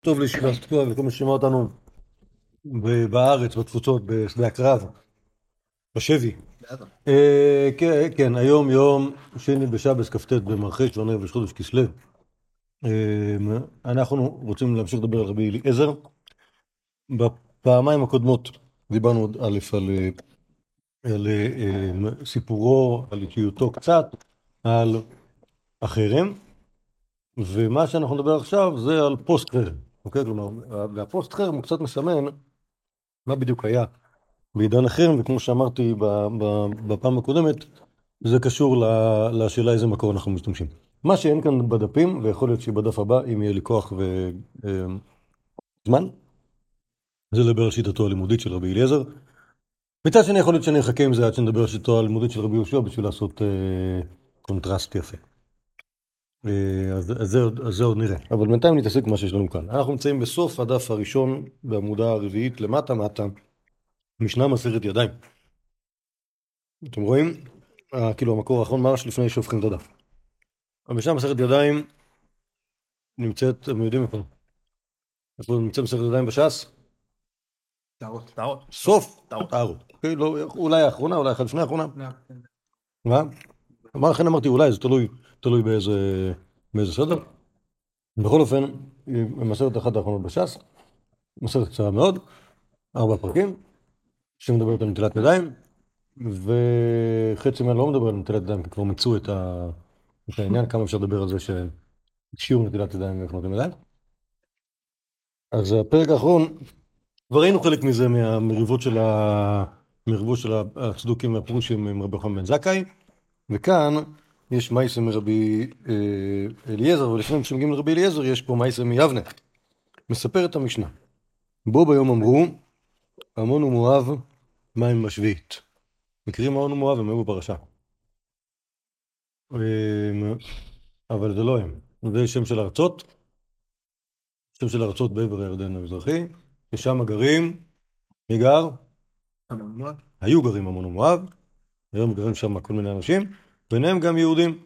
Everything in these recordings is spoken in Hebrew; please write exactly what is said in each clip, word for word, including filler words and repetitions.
טוב לישיבה תקוע וכל מי ששמע אותנו בארץ, בתפוצות, בשדה הקרב, בשבי. אה, כן, כן, היום יום שני בשבס כ"ט במרחש וערב ראש חודש כסלו. אה, אנחנו רוצים להמשיך לדבר על רבי אליעזר. בפעמיים הקודמות דיברנו עוד א' על, על אה, סיפורו, על אישיותו קצת, על החרם, ומה שאנחנו נדבר עכשיו זה על פוסט חרם. אוקיי? כלומר, והפוסט חרם הוא קצת מסמן מה בדיוק היה בעידן החרם, וכמו שאמרתי ב- ב- בפעם הקודמת, זה קשור ל- לשאלה איזה מקור אנחנו משתמשים. מה שאין כאן בדפים, ויכול להיות שבדף הבא, אם יהיה לי כוח וזמן, זה לדבר על שיטתו הלימודית של רבי אליעזר. מצד שני, יכול להיות שאני אחכה עם זה עד שנדבר על שיטתו הלימודית של רבי יהושע, בשביל לעשות אה, קונטרסט יפה. אה, אז, אז, זה עוד, אז זה עוד נראה. אבל בינתיים נתעסק במה שיש לנו כאן. אנחנו נמצאים בסוף הדף הראשון, בעמודה הרביעית, למטה מטה, משנה מסכת ידיים. אתם רואים? אה, כאילו המקור האחרון ממש לפני שהופכים את הדף. המשנה מסכת ידיים נמצאת, אתם יודעים איפה? איפה נמצאת מסכת ידיים בש"ס? טהרות. טהרות. סוף טהרות. טהרות. אוקיי, לא, אולי האחרונה, אולי אחת לפני האחרונה. מה? מה לכן אמרתי אולי, זה תלוי, תלוי באיזה, באיזה סדר. בכל אופן, מסכת אחת האחרונות בש"ס, מסכת קצרה מאוד, ארבע פרקים, שמדברת על נטילת ידיים, וחצי מהם לא מדבר על נטילת ידיים, כי כבר מיצו את ה- את העניין, כמה אפשר לדבר על זה ששיעור נטילת ידיים ואיך נוטלים ידיים. אז הפרק האחרון, כבר ראינו חלק מזה מהמריבות של ה... מריבות של הצדוקים והפרושים עם רבי יוחנן בן זכאי, וכאן יש מייסה מרבי אה, אליעזר, ולפני שמגיעים לרבי אליעזר יש פה מייסה מיבנה. מספר את המשנה. בו ביום אמרו, עמון ומואב מים בשביעית. מכירים עמון ומואב, הם היו בפרשה. אה, אבל זה לא הם. זה שם של ארצות, שם של ארצות בעבר הירדן המזרחי, ששם גרים, מי גר? היו גרים עמון ומואב, היום גרים שם כל מיני אנשים, ביניהם גם יהודים.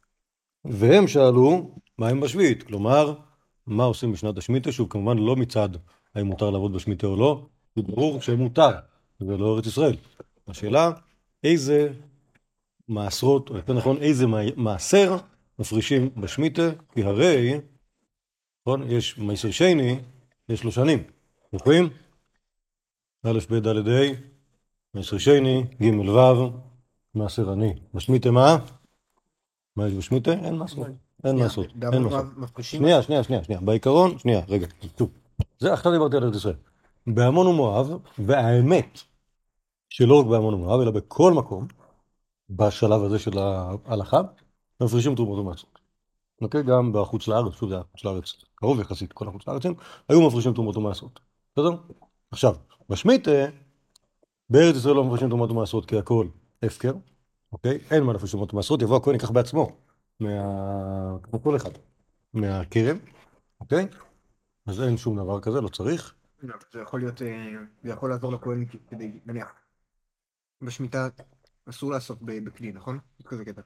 והם שאלו, מה הם בשביעית? כלומר, מה עושים בשנת השמיטה? שהוא כמובן לא מצד האם מותר לעבוד בשמיטה או לא, זה ברור שמותר, זה לא ארץ ישראל. השאלה, איזה מעשרות, או יותר נכון, איזה מעשר מפרישים בשמיטה? כי הרי, נכון, יש מעשר שני, יש לו שנים. זוכרים? א', ב', ד', ה', מעשר שני, ג', ו', מעשר עני. בשמיטה מה? מה יש בשמיטה? אין מעשרות. אין מעשרות. אין מעשרות. שנייה, שנייה, שנייה, שנייה. בעיקרון, שנייה, רגע, טוב. זה עכשיו דיברתי על ארץ ישראל. בעמון ומואב, והאמת שלא רק בעמון ומואב, אלא בכל מקום, בשלב הזה של ההלכה, מפרישים תרומות ומעשרות. אוקיי? גם בחוץ לארץ, שוב זה היה חוץ לארץ, קרוב יחסית, כל החוץ לארצים, היו מפרישים תרומות ומעשרות. בסדר? עכשיו, בשמיטה, בארץ ישראל לא מפרישים תרומות ומעשרות כי הכל הפקר, אוקיי? אין מה להפריש תרומות ומעשרות, יבוא הכהן ייקח בעצמו, מה... כמו כל אחד, מהכרם, אוקיי? אז אין שום דבר כזה, לא צריך. זה יכול להיות, זה יכול לעזור לכהן כדי, נניח, בשמיטה אסור לעסוק בכלי, נכון? זה כזה קטע.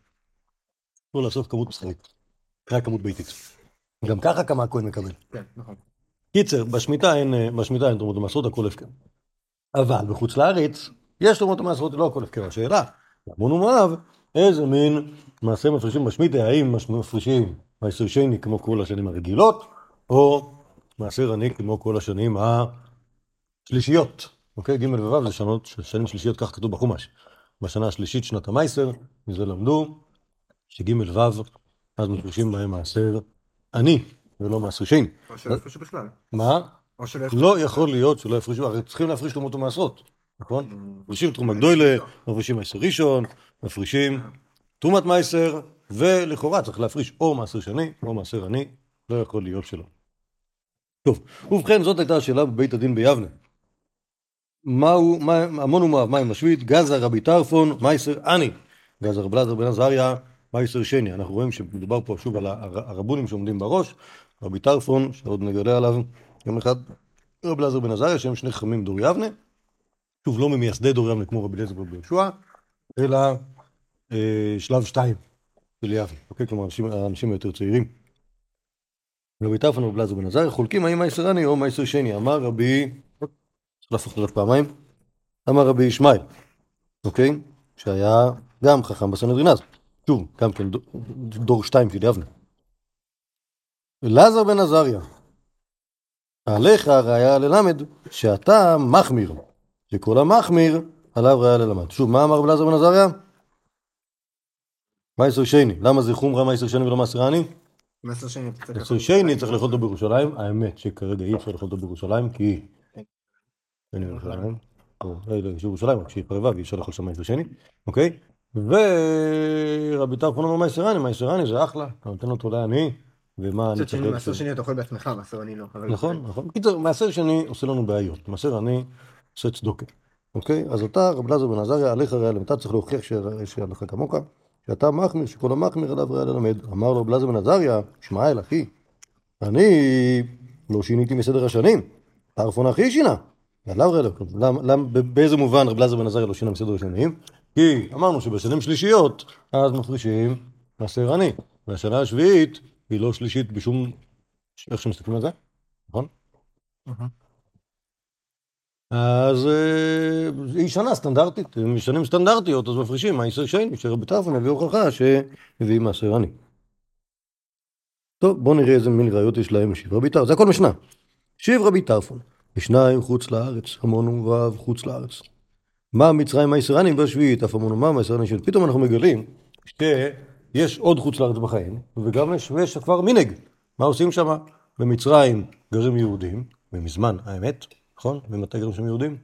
לא לעשות כמות מסחרית, רק כמות ביתית. גם ככה כמה הכהן מקבל. כן, נכון. קיצר, בשמיטה אין, בשמיטה אין תרומות ומעשרות, הכל הפקר. אבל בחוץ לארץ, יש תרומות ומעשרות, לא הכל הפקר. השאלה, עמון ומואב, איזה מין מעשה מפרישים בשמיטה, האם מפרישים מעשר שני כמו כל השנים הרגילות, או מעשר עני כמו כל השנים השלישיות. אוקיי, ג' וו' זה שנות, שנים שלישיות, כך כתוב בחומש. בשנה השלישית, שנת המייסר, מזה למדו, שג' וו', אז מפרישים בהם מעשר עני, ולא מעשר שני. או שלא יפרישו בכלל. מה? או שלא יפרישו. לא יכול להיות שלא יפרישו, הרי צריכים להפריש תרומות ומעשרות, נכון? מפרישים תרומה גדולה, מפרישים מעשר ראשון, מפרישים תרומת מעשר, ולכאורה צריך להפריש או מעשר שני או מעשר עני, לא יכול להיות שלא. טוב, ובכן זאת הייתה השאלה בבית הדין ביבנה. מהו, עמון ומואב, מים בשביעית, גזר רבי טרפון, מעשר עני. גזר רבי אלעזר בן עזריה, מעשר שני. אנחנו רואים שמדובר פה שוב על הרבונים שעומדים בראש, רבי טרפון, שעוד נגלה עליו יום אחד, רבי אלעזר בן עזריה, שהם שני חכמים דור יבנה, שוב לא ממייסדי דור יבנה כמו רבי אליעזר ורבי יהושע, אלא אה, שלב שתיים של יבנה, אוקיי? כלומר האנשים, האנשים היותר צעירים. רבי טרפון ורבי אלעזר בן עזריה חולקים האם מייסר אני או מייסר שני. אמר רבי, צריך להפוך לדף פעמיים, אמר רבי ישמעאל, אוקיי? שהיה גם חכם בסנהדרין אז, שוב, גם כן דור שתיים של יבנה. אלעזר בן עזריה, עליך ראיה ללמד שאתה מחמיר, שכל המחמיר עליו ראיה ללמד. שוב, מה אמר אלעזר בן עזריה? מייסר שני. למה זה חומרה מייסר שני ולא מייסר אני? מייסר שני מייסר שני צריך לאכול אותו בירושלים. האמת שכרגע אי אפשר לאכול אותו בירושלים כי אין ירושלים. יש ירושלים רק שהיא פרבה ואי אפשר לאכול שם מייסר שני, אוקיי? ורבי טרפון אומר מייסר אני, מייסר אני זה אחלה, אתה נותן אותו לעני, ומה אני צריך... מייסר שני אתה אוכל בעצמך, מייסר אני לא. נכון, נכון. בקיצור, מייסר שני עושה לנו בעיות, מייסר אני עושה צדוקה, אוקיי? אז אתה, רבי אלעזר בן עזריה, עליך ראיה ללמד, אתה צריך להוכיח שעליך כמוך, שאתה מחמיר, שכל המחמיר עליו ראיה ללמד. אמר לו רבי אלעזר בן עזריה, ישמעאל אחי, אני לא שיניתי מסדר השנים, טרפון אחי שינה. באיזה מובן רבי אלעזר בן עזריה לא שינה מסדר השנים? כי אמרנו שבשנים שלישיות אז מפרישים מעשר עני, והשנה השביעית היא לא שלישית בשום... איך שמסתכלים על זה? נכון? אז היא שנה סטנדרטית, משנים סטנדרטיות, אז מפרישים מייסר שני, שרבי טרפון הביא הוכחה שהביא מעשר עני. טוב, בואו נראה איזה מין ראיות יש להם משיב רבי טרפון, זה הכל משנה. שיב רבי טרפון, בשניים חוץ לארץ, המון ובב חוץ לארץ. מה מצרים מייסר עני בשביעית, אף המון ומה מייסר עני שביעית. פתאום אנחנו מגלים שיש עוד חוץ לארץ בחיים, וגם יש, יש כבר מנהג. מה עושים שם? במצרים גרים יהודים, ומזמן האמת, נכון? ומתי גרים שם יהודים?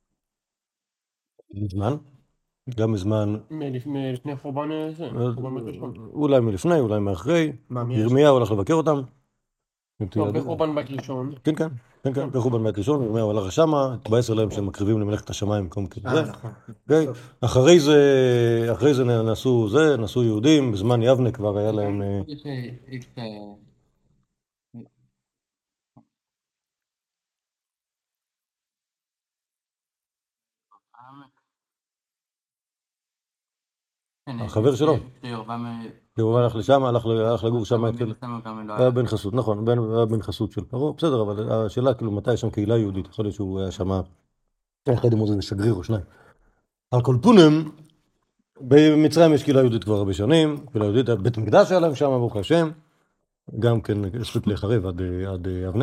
מזמן? גם מזמן... מלפני חורבן זה, חורבן בית ראשון. אולי מלפני, אולי מאחרי. ירמיהו הולך לבקר אותם. טוב, בחורבן בית ראשון. כן, כן, כן, כן, בחורבן בית ראשון, ירמיהו הלך שמה, התבאס עליהם שהם מקריבים למלאכת השמיים במקום כזה. אחרי זה, אחרי זה נעשו זה, נעשו יהודים, בזמן יבנה כבר היה להם... החבר שלו. ירבעם הלך לשם, הלך לגור שם, היה בן חסות, נכון, היה בן חסות של פרעה, בסדר, אבל השאלה כאילו מתי יש שם קהילה יהודית, יכול להיות שהוא היה שם, אחד עם איזה שגריר או שניים. על כל פונים, במצרים יש קהילה יהודית כבר הרבה שנים, קהילה יהודית, בית מקדש היה להם שם, ברוך השם, גם כן הספיק להיחרב עד יבנה.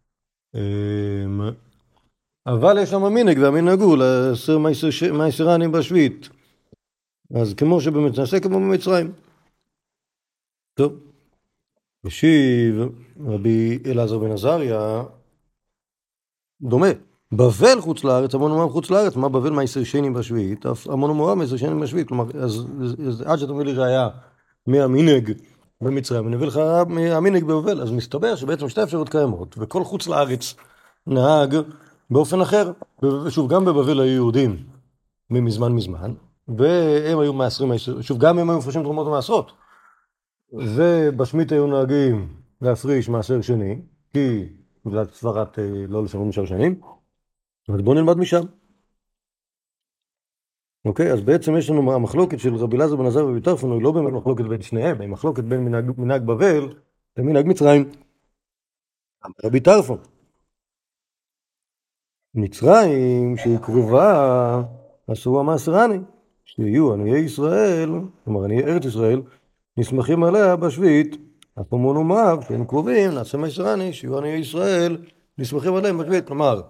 אבל יש שם מנהג, והמנהג הוא לעשר מייסר עני בשביעית. אז כמו שבאמת נעשה כמו במצרים. טוב. משיב רבי אלעזר בן עזריה, דומה. בבל חוץ לארץ, המון ומואב חוץ לארץ. מה בבל מייסר שני בשביעית? המון ומואב מייסר שני בשביעית. כלומר, אז, אז עד שאתה מביא לי ראיה מהמנהג במצרים, אני מביא לך מהמנהג בבבל. אז מסתבר שבעצם שתי אפשרות קיימות, וכל חוץ לארץ נהג באופן אחר. ושוב, גם בבבל היו יהודים ממזמן מזמן. והם היו מעשרים, שוב, גם הם היו מפרישים תרומות ומעשרות. ובשמית היו נוהגים להפריש מעשר שני, כי בגלל סברת לא לשמור משאר שנים. אז בואו נלמד משם. אוקיי, אז בעצם יש לנו המחלוקת של רבי אלעזר בן עזריה ורבי טרפון, היא לא באמת מחלוקת בין שניהם, היא מחלוקת בין מנהג, מנהג בבל למנהג מצרים. רבי טרפון. מצרים שהיא קרובה, עשו המעשר עני. שיהיו עניי ישראל, כלומר עניי ארץ ישראל, נסמכים עליה בשביעית, אף המון ומואב, שהם קרובים, נעשה מייסר עני, שיהיו עניי ישראל, נסמכים עליהם בשביעית. כלומר,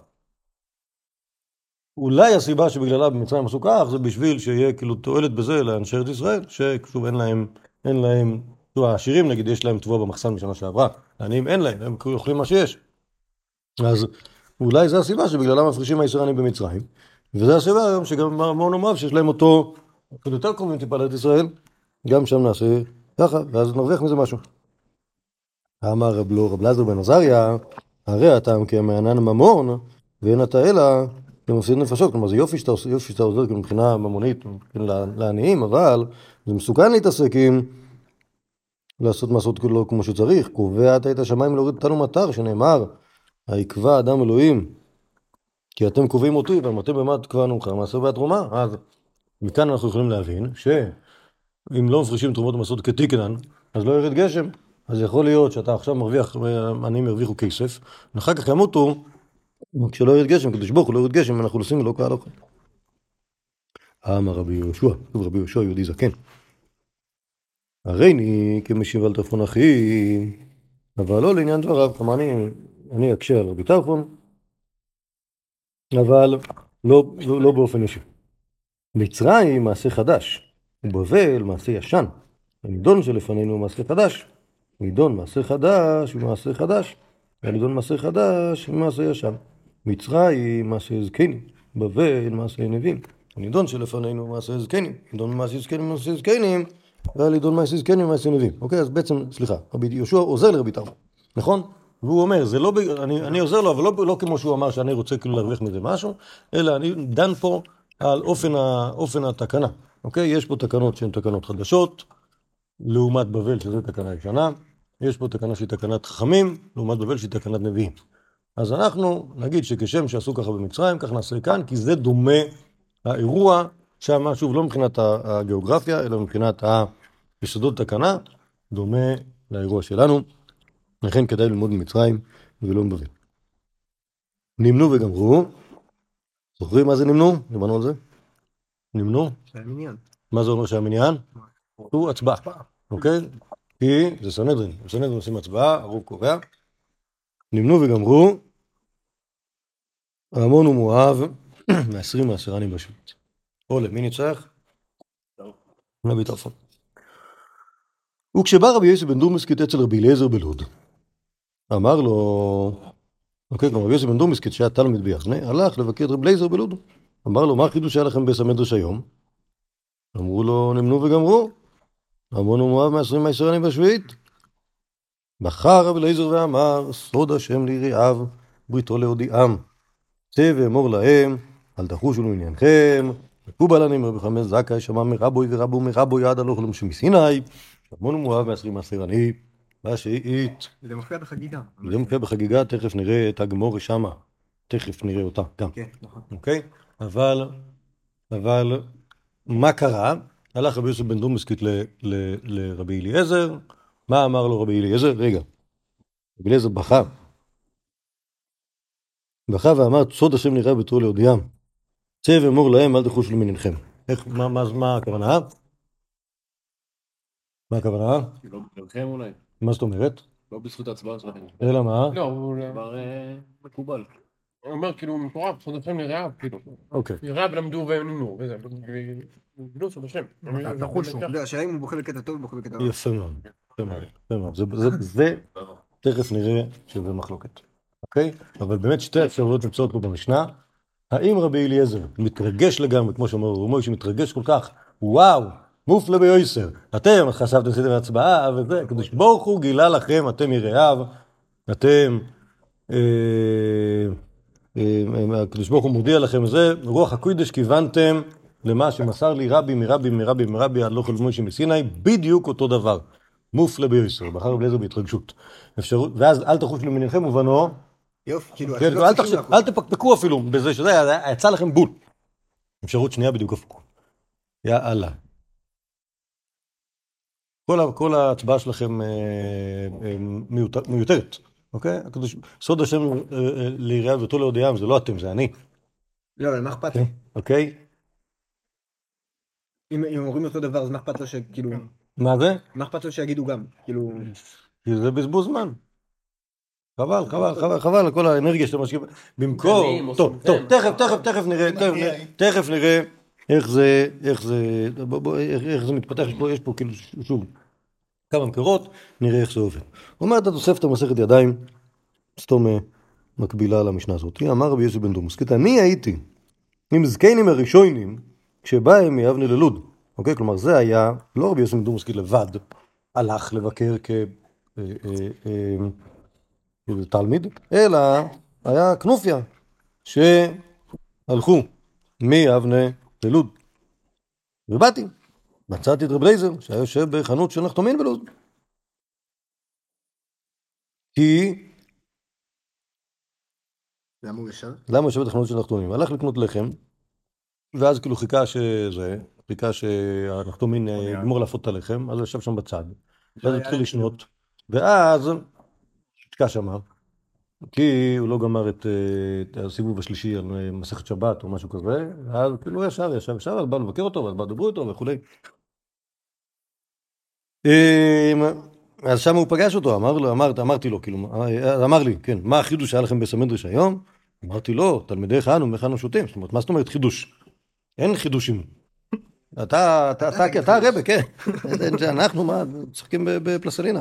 אולי הסיבה שבגללה במצרים עשו כך, זה בשביל שיהיה כאילו תועלת בזה לאנשי ארץ ישראל, ששוב אין להם, אין להם, העשירים נגיד יש להם תבואה במחסן משנה שעברה, העניים אין להם, הם אוכלים מה שיש. אז אולי זו הסיבה שבגללה מפרישים מייסר עני במצרים. וזה הסיבה היום שגם המון ומואב שיש להם אותו, עוד יותר קרובים טיפה לארץ ישראל, גם שם נעשה ככה, ואז נרוויח מזה משהו. אמר רב אלעזר בן עזריה, הרי אתה כי המענן ממון, ואין אתה אלא כמפסיד נפשות. כלומר זה יופי שאתה עושה, יופי שאתה עוזר מבחינה ממונית לעניים, אבל זה מסוכן להתעסק עם לעשות מעשות כאילו כמו שצריך. קובע אתה את השמיים להוריד אותנו מטר, שנאמר, היקבע אדם אלוהים, כי אתם קובעים אותי, ואתם במה קבענו לך, מעשר והתרומה. אז מכאן אנחנו יכולים להבין שאם לא מפרישים תרומות ומעשרות כתיקנן, אז לא ירד גשם. אז יכול להיות שאתה עכשיו מרוויח, עניים ירוויחו כסף, ואחר כך ימותו, כשלא ירד גשם, הקדוש ברוך הוא לא ירד גשם, אנחנו נוסעים ולא קהל אוכל. אמר רבי יהושע, רבי יהושע יהודי זקן. הריני כמשיב על טרפון אחי, אבל לא לעניין דבריו, כלומר אני, אני אקשה על רבי טרפון, אבל לא, לא, לא באופן ישיר. מצרים מעשה חדש, ובבל מעשה ישן. הנידון שלפנינו הוא מעשה חדש, נידון מעשה חדש ומעשה חדש, הנידון מעשה חדש ומעשה ישן. מצרים מעשה זקנים, בבל מעשה נביאים. הנידון שלפנינו הוא מעשה זקנים, נידון מעשה זקנים ומעשה זקנים, והנידון מעשה זקנים ומעשה נביאים. אוקיי, אז בעצם, סליחה, רבי יהושע עוזר לרבי טרפון, נכון? והוא אומר, זה לא, אני, אני עוזר לו, אבל לא, לא כמו שהוא אמר שאני רוצה כאילו להרוויח מזה משהו, אלא אני דן פה על אופן, ה, אופן התקנה. אוקיי? יש פה תקנות שהן תקנות חדשות, לעומת בבל שזו תקנה ישנה. יש פה תקנה שהיא תקנת חכמים, לעומת בבל שהיא תקנת נביאים. אז אנחנו נגיד שכשם שעשו ככה במצרים, כך נעשה כאן, כי זה דומה האירוע שם, שוב, לא מבחינת הגיאוגרפיה, אלא מבחינת היסודות תקנה, דומה לאירוע שלנו. לכן כדאי ללמוד ממצרים ולא מבבל. נמנו וגמרו. זוכרים מה זה נמנו? דיברנו על זה? נמנו? שהמניין. מה זה אומר שהמניין? הוא הצבעה, אוקיי? כי זה סנהדרין. בסנהדרין עושים הצבעה, הרוב קובע. נמנו וגמרו. עמון ומואב, מעשרים מעשרנים בשביעית. עולה, מי ניצח? רבי טרפון. וכשבא רבי יוסף בן דורמסקית אצל רבי אליעזר בלוד, אמר לו, אוקיי, גם רבי יוסף בן דורמסקית שהיה תלמיד ביחנה, הלך לבקר את רבי אליעזר בלוד. אמר לו, מה החידוש שהיה לכם בית המדרש היום? אמרו לו, נמנו וגמרו. עמון ומואב מעשרים מעשרנים בשביעית. בחר רבי אליעזר ואמר, סוד השם ליראיו, בריתו להודיעם. צא ואמור להם, אל תחושו לעניינכם, מקובל עליהם רבי חמאס זכאי, שמע מרבוי ורבו מרבוי עד הלוך להם שמסיני. עמון ומואב מעשרים מעשרנים בשביעית. זה מופיע בחגיגה. זה מופיע בחגיגה, תכף נראה את הגמורה שמה. תכף נראה אותה גם. כן, נכון. אוקיי? אבל, אבל, מה קרה? הלך רבי יוסף בן דורמסקית לרבי אליעזר. מה אמר לו רבי אליעזר? רגע. רבי אליעזר בכה. בכה ואמר, סוד השם נראה בתור להודיעם. צא ואמור להם, אל תחושו לעניינכם. איך, מה, מה, מה הכוונה? מה הכוונה? לא בגללכם אולי. מה זאת אומרת? לא בזכות ההצבעה שלכם. אלא מה? לא, הוא כבר מקובל. הוא אומר כאילו מטורף, סוד השם נראה, כאילו. אוקיי. נראה ולמדו ונמנו, וזה, גילו סוד השם. תחושו. השאלה אם הוא בוחר בקטע טוב, הוא בוחר בקטע רע. יפה מאוד. יפה מאוד. יפה מאוד. זה, זה, זה, תכף נראה שזה מחלוקת. אוקיי? אבל באמת שתי אפשרויות נמצאות פה במשנה. האם רבי אליעזר מתרגש לגמרי, כמו שאומר רומוי, שמתרגש כל כך, וואו, מופלא ביוסר, אתם חשבתם סדר הצבעה, וזה, הקדוש ברוך הוא גילה לכם, אתם יראיו, אתם, הקדוש ברוך הוא מודיע לכם, זה רוח הקודש כיוונתם למה שמסר לי רבי מרבי מרבי מרבי עד לא כל מוישה מסיני, בדיוק אותו דבר, מופלא ביוסר, בחר רבי אליעזר בהתרגשות, אפשרות, ואז אל תחושו לעניינכם ובנו, יופי, כאילו, אל תפקפקו אפילו בזה שזה יצא לכם בול. אפשרות שנייה בדיוק הפקו. יאללה. כל ההצבעה שלכם מיותרת, אוקיי? סוד השם ליראיו ותו להודיעם, זה לא אתם, זה אני. לא, אבל מה אכפת לי? אוקיי? אם אומרים אותו דבר, אז מה אכפת לו שכאילו... מה זה? מה אכפת לו שיגידו גם? כאילו... כי זה בזבוז זמן. חבל, חבל, חבל, חבל, על כל האנרגיה שאתה משקיע. במקום, טוב, טוב, תכף, תכף, תכף נראה, תכף נראה איך זה, איך זה, איך זה מתפתח, יש פה כאילו, שוב, כמה מקורות, נראה איך זה עובד. אומרת התוספתא מסכת ידיים, סתום מקבילה למשנה הזאת. אמר רבי יוסף בן דורמסקית, אני הייתי עם זקנים הראשונים, כשבא מיבנה ללוד. אוקיי? כלומר, זה היה, לא רבי יוסף בן דורמסקית לבד, הלך לבקר כ... תלמיד, אלא היה כנופיה שהלכו מיבנה ללוד. ובאתי, מצאתי את רבי אליעזר שהיה יושב בחנות של נחתומין בלוד. כי... למה הוא ישב? למה הוא יושב בחנות של נחתומין? הלך לקנות לחם, ואז כאילו חיכה שזה, חיכה שהנחתומין יגמור להפות את הלחם, אז הוא ישב שם בצד. ואז התחיל לשנות, ואז קש אמר, כי הוא לא גמר את, את הסיבוב השלישי על מסכת שבת או משהו כזה, אז כאילו ישר, ישר, ישר, אז בא לבקר אותו, אז בא לדברו איתו וכולי. אז שם הוא פגש אותו, אמר לו, אמרת, אמרתי לו, כאילו, אמר לי, כן, מה החידוש שהיה לכם בסמדרש היום? אמרתי לו, תלמידי חנו, מכנו שותים, זאת אומרת, מה זאת אומרת חידוש? אין חידושים. אתה, אתה, אתה, אתה הרבה, כן. אנחנו, מה, משחקים בפלסלינה.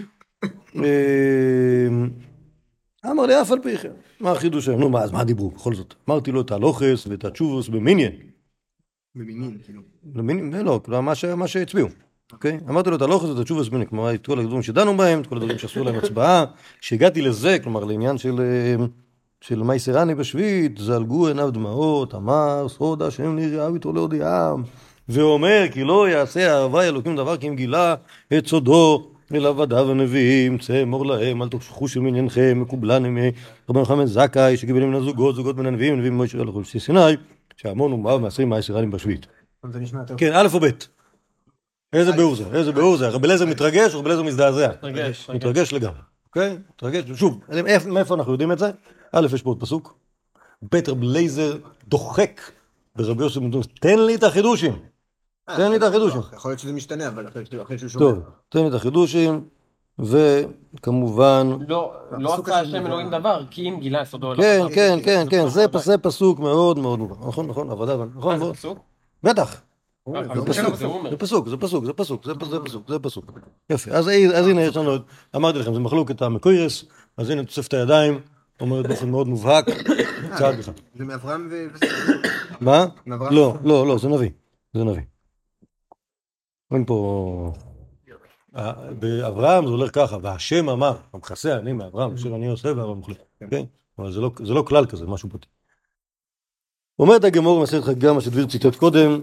אמר לי, אף על פי כן, מה החידוש היום? נו, מה, אז מה דיברו? בכל זאת. אמרתי לו את הלוחס ואת התשובוס במינין. במינין, כאילו. במינין, לא, מה שהצביעו. אוקיי? אמרתי לו את הלוחס ואת התשובוס במינין, כלומר, את כל הדברים שדנו בהם, את כל הדברים שעשו להם הצבעה, שהגעתי לזה, כלומר, לעניין של... של מייסרני בשביעית, זלגו עיניו דמעות, אמר, סוד השם נראה איתו להודיעם, ואומר, כי לא יעשה אהבה אלוקים דבר, כי אם גילה את סודו אל עבדיו הנביאים, צא אמור להם, אל תשכחו של מעניינכם, מקובלני מרבן יוחנן זכאי, שקיבל מן הזוגות, זוגות מן הנביאים, נביאים מוישה הלכו לפי סיני, שהמון ומאב מעשרים מייסרני בשביעית. כן, א' או ב'. איזה ביאור זה, איזה ביאור זה, רבי אליעזר מתרגש, רבי אליעזר מזדעזע. מתרגש לגמרי. אוקיי? מתרגש, שוב, מאיפה אנחנו יודעים את זה? א', יש פה עוד פסוק, בית רבי אליעזר דוחק ברבי יוסף בן תומס, תן לי את החידושים, תן לי את החידושים. יכול להיות שזה משתנה, אבל אחרי שהוא שומע. טוב, תן לי את החידושים, וכמובן... לא, לא עשה השם אלוהים דבר, כי אם גילה סודו... כן, כן, כן, כן, זה פסוק מאוד מאוד מובן, נכון, נכון, עבודה, נכון, זה פסוק? בטח. זה פסוק, זה פסוק, זה פסוק, זה פסוק, זה פסוק, זה פסוק. יפה, אז הנה יש לנו, אמרתי לכם, זה מחלוקת המקוירס, אז הנה תוסף את הידיים, אומרת באופן מאוד מובהק, צעד אחד. זה מאברהם ו... מה? לא, לא, לא, זה נביא, זה נביא. אין פה... באברהם זה הולך ככה, והשם אמר, המכסה אני מאברהם, אשר אני עושה ואברהם מחליט, כן? אבל זה לא כלל כזה, משהו פוטי. אומרת הגמור מסכת חגיגה, מה שדביר ציטט קודם,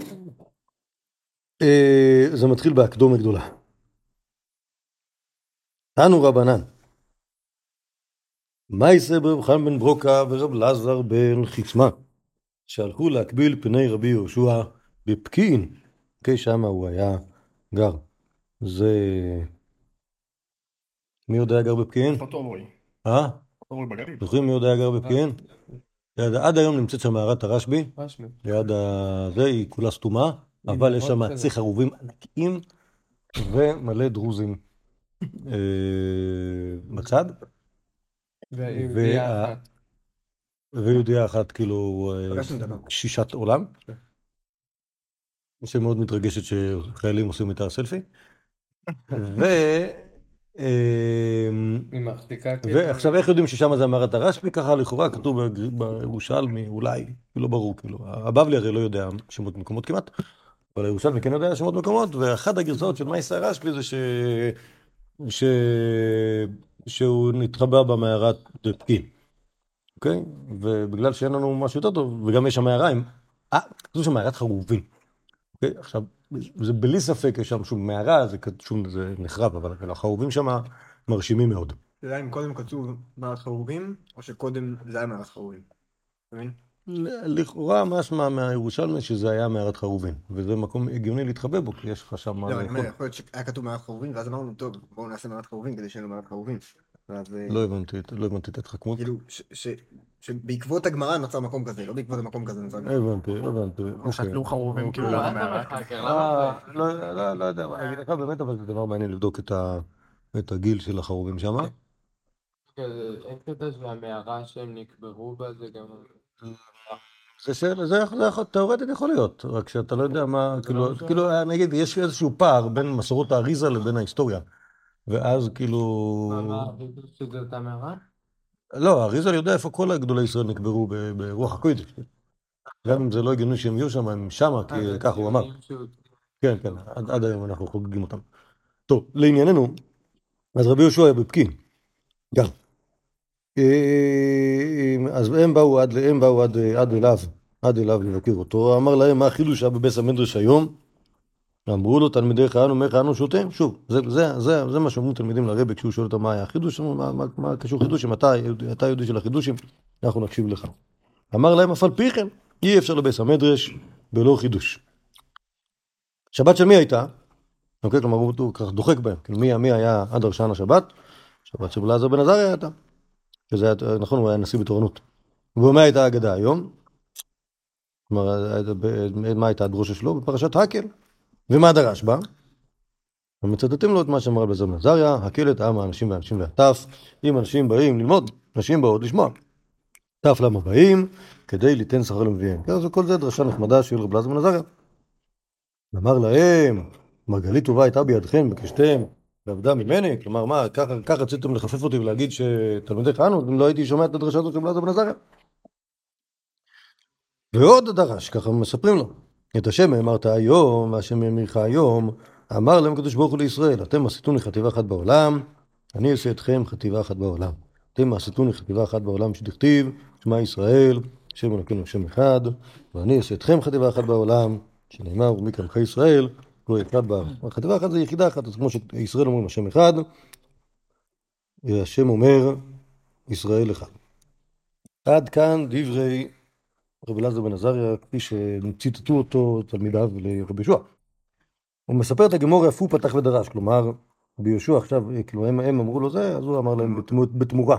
זה מתחיל בהקדומה גדולה. תנו רבנן. מייסה ברב חנן בן ברוקה ורב לזר בן חיצמה, שהלכו להקביל פני רבי יהושע בפקיעין, כי שמה הוא היה גר. זה... מי יודע גר בפקיעין? פטורוי. אה? פטורוי בגליל. זוכרים מי יודע גר בפקיעין? עד היום נמצאת שם מערת הרשב"י, ליד הזה היא כולה סתומה, אבל יש שם עצי חרובים ענקיים ומלא דרוזים בצד. ויהודיה אחת כאילו שישת עולם, שמאוד מתרגשת שחיילים עושים איתה סלפי. ועכשיו איך יודעים ששם זה מערת הרשב"י? ככה לכאורה כתוב בירושלמי, אולי, לא ברור, כאילו, הבבלי הרי לא יודע שמות מקומות כמעט, אבל הירושלמי כן יודע שמות מקומות, ואחת הגרסאות של מייסה הרשב"י זה ש... שהוא נתחבא במערת פקיעין, אוקיי? ובגלל שאין לנו משהו יותר טוב, וגם יש שם מערה עם... אה, זו שם מערת חרובים. אוקיי? עכשיו, זה בלי ספק, יש שם שום מערה, זה שום, זה נחרב, אבל החרובים שם מרשימים מאוד. זה היה אם קודם כתוב מערת חרובים, או שקודם זה היה מערת חרובים? אתה מבין? לכאורה משמע מהירושלמי שזה היה מערת חרובים, וזה מקום הגיוני להתחבא בו, כי יש לך שם... לא, אני אומר, יכול להיות שהיה כתוב מערת חרובים, ואז אמרנו, טוב, בואו נעשה מערת חרובים כדי שיהיה לנו מערת חרובים. לא הבנתי, לא הבנתי את ההתחכמות. כאילו, שבעקבות הגמרא נוצר מקום כזה, לא בעקבות המקום כזה נוצר. הבנתי, הבנתי. או שתלו חרובים כאילו למערת. לא, לא יודע, אני אגיד לך באמת, אבל זה דבר מעניין לבדוק את הגיל של החרובים שם. אין קטע שהמערה שהם נקברו בה זה גם... זה תיאורטית יכול להיות, רק שאתה לא יודע מה, כאילו, נגיד, יש איזשהו פער בין מסורות האריזה לבין ההיסטוריה, ואז כאילו... מה, החידוש שזה אותה מערה? לא, האריזה יודע איפה כל הגדולי ישראל נקברו ברוח הקודש. גם אם זה לא הגיוני שהם יהיו שם, הם שמה, כי כך הוא אמר. כן, כן, עד היום אנחנו חוגגים אותם. טוב, לענייננו, אז רבי יהושע היה בפקיעין, גם. אז הם באו עד, הם באו עד, עד אליו, עד אליו לבקר אותו, אמר להם, מה החידוש היה בבית המדרש היום? אמרו לו, תלמידי חיינו, מי חיינו שותים? שוב, זה, זה, זה, זה מה שאומרים תלמידים לרבי כשהוא שואל אותם מה היה החידוש, מה, מה, מה קשור חידושים, אתה, אתה יהודי של החידושים, אנחנו נקשיב לך. אמר להם, אף על פי כן, אי אפשר לבית המדרש בלא חידוש. שבת של מי הייתה? אוקיי? כלומר, הוא, הוא ככה דוחק בהם. כאילו, מי, מי היה הדרשן השבת? שבת של אלעזר בן עזריה הייתה. שזה היה, נכון, הוא היה נשיא בתורנות. ומה הייתה האגדה היום? כלומר, מה הייתה הדרושה שלו? בפרשת הקל. ומה דרש בה? ומצטטים לו את מה שאמר אלעזר בן עזריה, הקל את העם האנשים והאנשים והטף. אם אנשים באים ללמוד, נשים באות לשמוע. טף למה באים? כדי ליתן שכר לנביאים. אז כל זה דרשה נחמדה של רב אלעזר בן עזריה. אמר להם, מרגלית טובה הייתה בידכם, בקשתם, ועבדה ממני. כלומר, מה, ככה רציתם לחפף אותי ולהגיד שתלמידי חנו, אם לא הייתי שומע את הדרשה הזאת של רב אלעזר בן עזריה. ועוד דרש, ככה מספרים לו. את השם אמרת היום, והשם ימירך היום, אמר להם הקדוש ברוך הוא לישראל, אתם עשיתוני חטיבה אחת בעולם, אני אעשה אתכם חטיבה אחת בעולם. אתם עשיתוני חטיבה אחת בעולם שתכתיב, שמע ישראל, השם אלוקינו שם אחד, ואני אעשה אתכם חטיבה אחת בעולם, שנאמר, ומי כעמך ישראל, לא אחד בארץ. חטיבה אחת זה יחידה אחת, אז כמו שישראל אומרים השם אחד, השם אומר ישראל אחד. עד כאן דברי רב אלעזר בן עזריה, כפי שציטטו אותו תלמידיו לרבי יהושע. הוא מספר את הגמור איפה הוא פתח ודרש, כלומר, רבי יהושע עכשיו, כאילו הם, הם אמרו לו זה, אז הוא אמר להם בתמורה.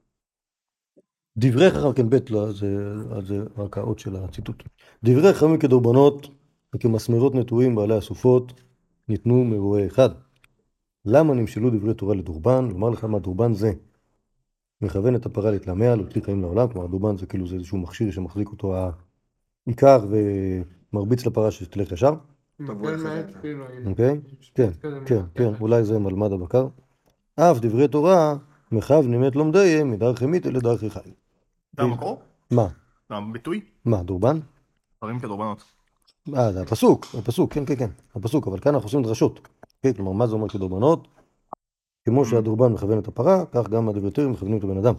דברי חכמים, כן בית, לא, זה, זה רק האות של הציטוט. דברי חכמים כדורבנות וכמסמרות נטועים בעלי הסופות, ניתנו מרועה אחד. למה נמשלו דברי תורה לדורבן? לומר לך מה דורבן זה. מכוון את הפרה להתלמע, להוציא חיים לעולם, כלומר דורבן זה כאילו זה איזשהו מכשיר שמחזיק אותו העיקר ומרביץ לפרה שתלך ישר. אוקיי? כן, כן, כן, אולי זה מלמד הבקר. אף דברי תורה מכוונים את לומדיהם מדרכי מיתה לדרכי חיים. זה המקור? מה? זה הביטוי? מה, דורבן? דברים כדורבנות. אה, זה הפסוק, הפסוק, כן, כן, כן, הפסוק, אבל כאן אנחנו עושים דרשות. כלומר, מה זה אומר כדורבנות? כמו שהדורבן מכוון את הפרה, כך גם הדברי תורה מכוונים את הבן אדם.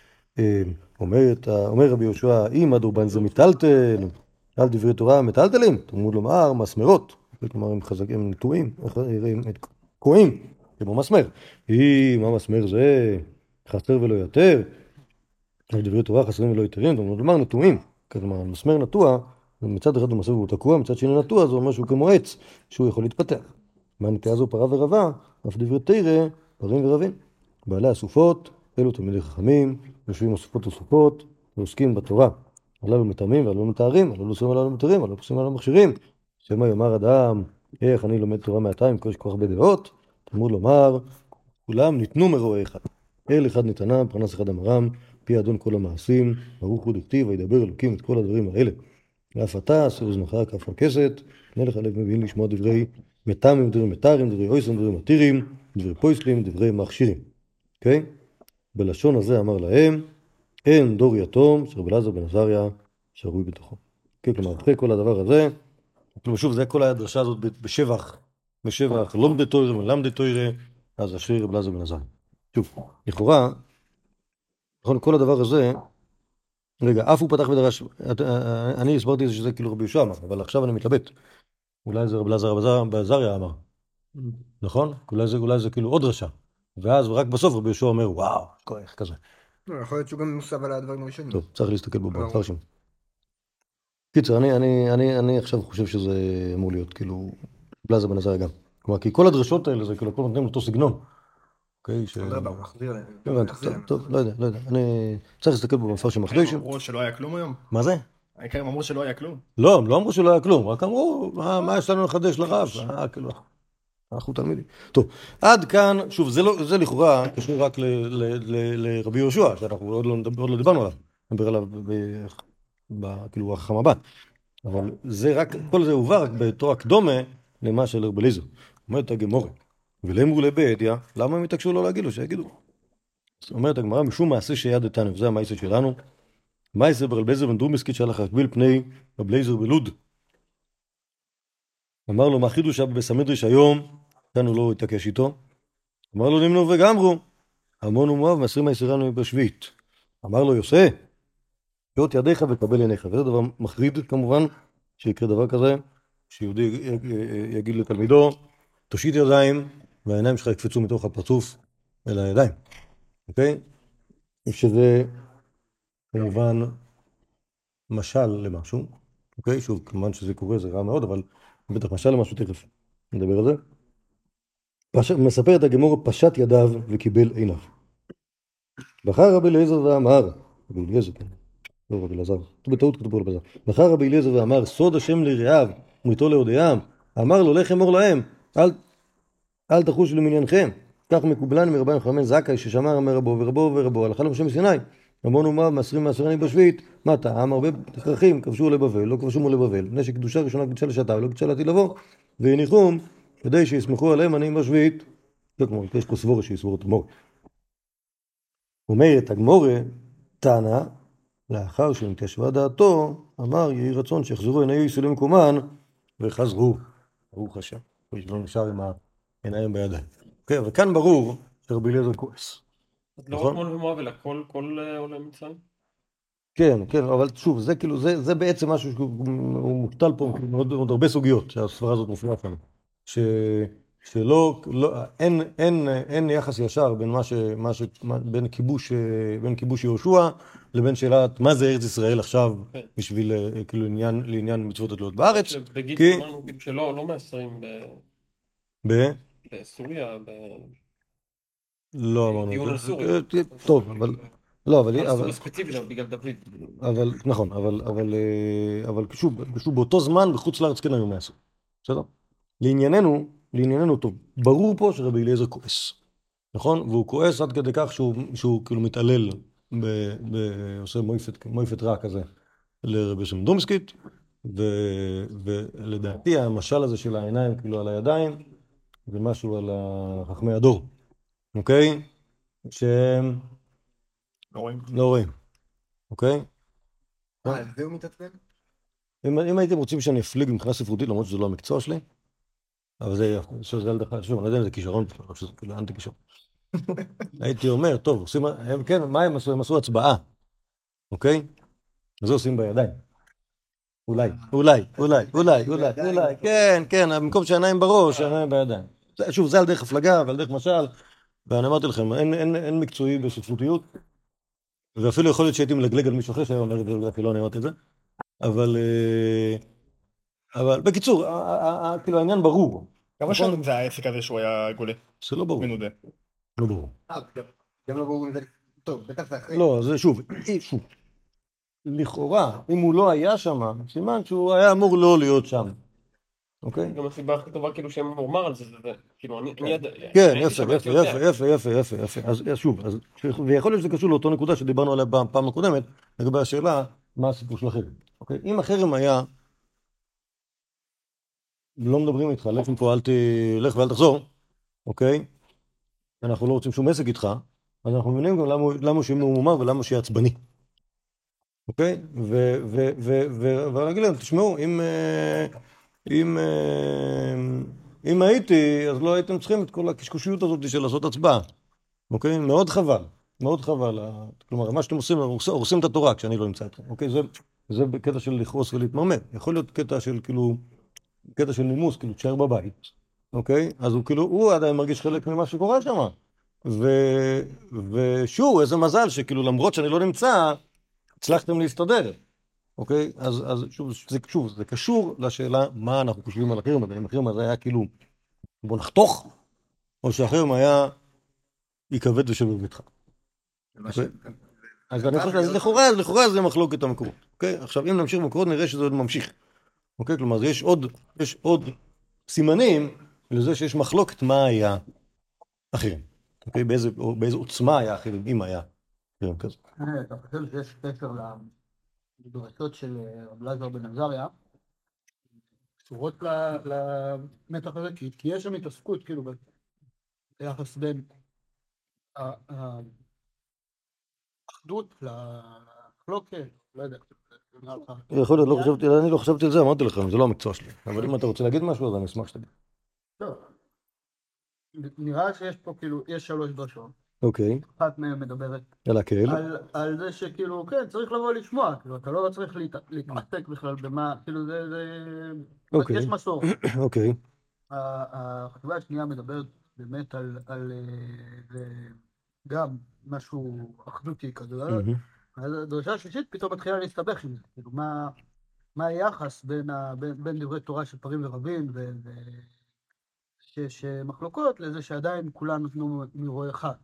אומר רבי יהושע, אם הדורבן זה מטלטל, על דברי תורה מטלטלים, תלמוד לומר מסמרות, כלומר הם חזקים, הם נטועים, הם קועים, כמו מסמר. אם המסמר זה חסר ולא יותר, על דברי תורה חסרים ולא יתרים, תלמוד לומר נטועים, כלומר מסמר נטוע, מצד אחד הוא מסמר והוא תקוע, מצד שני נטוע, זה אומר שהוא כמו עץ, שהוא יכול להתפתח. מה נטעה זו פרה ורבה, אף דברי תורה, פרים ורבים. בעלי הסופות, אלו תלמידי חכמים, יושבים הסופות וסופות, ועוסקים בתורה. הללו מטעמים והללו מתארים, הללו עושים הללו מתארים, הללו עושים הללו מכשירים. שמא יאמר אדם, איך אני לומד תורה מעתיים, כל כך הרבה דעות, תלמוד לומר, כולם ניתנו מרועה אחד. אל אחד ניתנם, פרנס אחד אמרם, פי אדון כל המעשים, ברוך הוא דכתיב, וידבר אלוקים את כל הדברים האלה. ואף אתה, עשה אוזנך כף הכסת, קנה לך לב מבין לשמוע דברי מטעמים, דברי מתארים, דברי אויסם, דברי מתירים, דברי פויסלים, דברי מכשירים. אוקיי? בלשון הזה אמר להם, אין דור יתום שרב אלעזר בן עזריה שרוי בתוכו. כן, כלומר, אחרי כל הדבר הזה, כלומר, שוב, זה כל הדרשה הזאת בשבח, בשבח, לומדי תורה ולמדי תורה, אז אשרי רב אלעזר בן עזריה. שוב, לכאורה, נכון, כל הדבר הזה, רגע, אף הוא פתח ודרש, אני הסברתי שזה כאילו רבי יהושע אמר, אבל עכשיו אני מתלבט. אולי זה רב אלעזר בן עזריה אמר, נכון? אולי זה, אולי זה כאילו עוד דרשה. ואז רק בסוף רבי יהושע אומר, וואו, איך כזה. יכול להיות שהוא גם מוסב על הדברים הראשונים. טוב, צריך להסתכל בו במפרשים. קיצר, אני, אני, אני, אני עכשיו חושב שזה אמור להיות, כאילו, רב אלעזר בן עזריה גם. כלומר, כי כל הדרשות האלה זה כאילו, כל נותנים אותו סגנון. אוקיי, ש... לא, הוא מחזיר להם. טוב, לא יודע, לא יודע. אני צריך להסתכל בו במפרשים מחדשים. הם אמרו שלא היה כלום היום? מה זה? העיקר אמרו שלא היה כלום. לא, הם לא אמרו שלא היה כלום, רק אמרו, מה יש לנו לחדש לרב? אה, כאילו, אנחנו תלמידים. טוב, עד כאן, שוב, זה, לא, זה לכאורה קשור רק ל, ל, ל, לרבי יהושע, שאנחנו עוד לא, עוד לא דיברנו עליו, נדבר עליו ב, ב, כאילו החכם הבא. אבל זה רק, כל זה הובא רק בתור הקדומה למה של רבי אליעזר. אומרת הגמורה, ולאמרו לבעדיה, למה הם התעקשו לא להגיד לו, שיגידו. אומרת הגמרא, משום מעשה שיד איתנו, וזה המעשה שלנו, מעשה ברבי אליעזר בן דרומסקית שהלך להקביל פני רבי אליעזר בלוד. אמר לו, מה חידוש היה בסמדריש היום? כאן הוא לא התעקש איתו. אמר לו, נמנו וגמרו. המון ומואב, מעשרים מעשרנו בשביעית. אמר לו, יוסי, פיות ידיך וקבל עיניך. וזה דבר מחריד, כמובן, שיקרה דבר כזה, שיהודי יגיד לתלמידו, תושיט ידיים, והעיניים שלך יקפצו מתוך הפרצוף אל הידיים. אוקיי? שזה, כמובן, משל למשהו. אוקיי? שוב, כמובן שזה קורה, זה רע מאוד, אבל בטח משל למשהו תכף. נדבר על זה. פש... מספר את הגמור, פשט ידיו וקיבל עיניו. בחר רבי אליעזר ואמר, רבי אליעזר, כן, לא רבי אלעזר, בטעות כתבו לו בזה. בחר רבי אליעזר ואמר, סוד השם לרעיו ומיתו להודיעם, אמר לו לך אמור להם, אל, אל תחושו למניינכם. כך מקובלן מרבן חנן זכאי ששמר מרבו ורבו ורבו, הלכה למשה מסיני. אמרנו מה, מעשרים מעשרני בשביעית, מה טעם? הרבה תכרכים כבשו לבבל, לא כבשו מול לבבל, נשק קדושה ראשונה קדושה לשעתה, ולא קדושה לעתיד לבוא, והניחום כדי שיסמכו עליהם עניים בשביעית. זה כמו, יש פה סבורה שיסבור את הגמור. אומר את הגמור, טענה, לאחר שנתיישבה דעתו, אמר יהי רצון שיחזרו עיני ייסעו למקומן, וחזרו. ברוך השם, הוא לא נשאר עם העיניים בידיים. אוקיי, אבל כאן ברור שרבי אליעזר כועס. לא רק מול ומואב, אלא כל עולה מצרים? כן, כן, אבל שוב, זה כאילו, זה בעצם משהו שהוא מוטל פה עוד הרבה סוגיות, שהספרה הזאת מופיעה שם. שלא, אין, אין, אין יחס ישר בין מה ש, מה ש, בין כיבוש, בין כיבוש יהושע לבין שאלת מה זה ארץ ישראל עכשיו בשביל, כאילו, עניין, לעניין מצוות התלויות בארץ. בגיד, כי... אמרנו שלא, לא מאסרים ב... ב... בסוריה, ב... לא אמרנו. טוב, אבל... לא, אבל... אבל... ספציפית, בגלל דוד. אבל, נכון, אבל, אבל, אבל, שוב, שוב, באותו זמן בחוץ לארץ כן היו מאסרים. בסדר? לענייננו, לענייננו טוב, ברור פה שרבי אליעזר כועס, נכון? והוא כועס עד כדי כך שהוא, שהוא כאילו מתעלל, ב, ב, עושה מויפת, מויפת רע כזה לרבי שמעון דומסקית, ו, ולדעתי המשל הזה של העיניים כאילו על הידיים, זה משהו על חכמי הדור, אוקיי? שהם לא רואים. לא רואים, אוקיי? אה, על זה הוא מתעצבן? אם, אם הייתם רוצים שאני אפליג מבחינה ספרותית, למרות שזה לא המקצוע שלי, אבל זה, שזה על דרך, שוב, אני לא יודע אם זה כישרון, שזה כאילו אנטי כישרון. הייתי אומר, טוב, עושים, כן, מה הם עשו? הם עשו הצבעה, אוקיי? אז זה עושים בידיים. אולי, אולי, אולי, אולי, אולי, אולי, כן, כן, במקום שהעיניים בראש, העיניים בידיים. שוב, זה על דרך הפלגה ועל דרך משל, ואני אמרתי לכם, אין, אין, אין מקצועי בספרותיות, ואפילו יכול להיות שהייתי מלגלג על מישהו אחר שהיה אומר את זה, כי לא אני אמרתי את זה, אבל, אבל בקיצור, כאילו העניין ברור. כמה שנים זה העסק הזה שהוא היה גולה? זה לא ברור. מנודה. לא ברור. אה, גם לא ברור אם זה... טוב, בטח זה אחרי. לא, זה שוב, שוב. לכאורה, אם הוא לא היה שם, סימן שהוא היה אמור לא להיות שם. אוקיי? גם הסיבה הכי טובה כאילו שהם מורמר על זה, זה כאילו אני... כן, יפה, יפה, יפה, יפה, יפה, יפה, יפה. אז שוב, ויכול להיות שזה קשור לאותו נקודה שדיברנו עליה בפעם הקודמת, לגבי השאלה, מה הסיפור של החרם. אוקיי? אם החרם היה, לא מדברים איתך, לך מפה, אל תלך ואל תחזור, אוקיי? אנחנו לא רוצים שום עסק איתך, אז אנחנו מבינים גם למה הוא שיהיה ממומר ולמה הוא שיהיה עצבני. אוקיי? ורגיל להם, תשמעו, אם... אם, אם הייתי, אז לא הייתם צריכים את כל הקשקושיות הזאת של לעשות הצבעה. אוקיי? מאוד חבל. מאוד חבל. כלומר, מה שאתם עושים, הורסים את התורה כשאני לא נמצא אתכם. אוקיי? זה, זה בקטע של לכעוס ולהתמרמר. יכול להיות קטע של כאילו, קטע של נימוס, כאילו, תשאר בבית. אוקיי? אז הוא כאילו, הוא עדיין מרגיש חלק ממה שקורה שם. ו, ושוב, איזה מזל שכאילו, למרות שאני לא נמצא, הצלחתם להסתדר. אוקיי? אז, אז שוב, זה, שוב, זה קשור לשאלה מה אנחנו חושבים על החרם הזה. אם החרם הזה היה כאילו, בוא נחתוך, או שהחרם היה ייכבד ושבר ביתך. אוקיי? אז אני חושב, אז לכאורה, לכאורה זה מחלוקת המקורות. אוקיי? עכשיו, אם נמשיך במקורות, נראה שזה עוד ממשיך. אוקיי? כלומר, יש עוד, יש עוד סימנים לזה שיש מחלוקת מה היה החרם. אוקיי? באיזה, באיזה עוצמה היה החרם, אם היה חרם כזה. אתה חושב שיש קשר לדורשות של רב אלעזר בן עזריה, קשורות למתח הזה, כי יש שם התעסקות, כאילו, ביחס בין האחדות למחלוקת, לא יודע. יכול להיות, לא חשבתי, אני לא חשבתי על זה, אמרתי לכם, זה לא המקצוע שלי. אבל אם אתה רוצה להגיד משהו, אז אני אשמח שתגיד. טוב. נראה שיש פה, כאילו, יש שלוש דרשות. אוקיי. אחת מהן מדברת על הקהל. על זה שכאילו, כן, צריך לבוא לשמוע, כאילו, אתה לא צריך להתעסק בכלל במה, כאילו, זה, זה, יש מסור. אוקיי. החטיבה השנייה מדברת באמת על גם משהו אחדותי כזה, אז הדרשה השלישית פתאום מתחילה להסתבך עם זה, כאילו, מה היחס בין דברי תורה של פרים ורבים, שיש מחלוקות לזה שעדיין כולם נתנו מרועה אחד.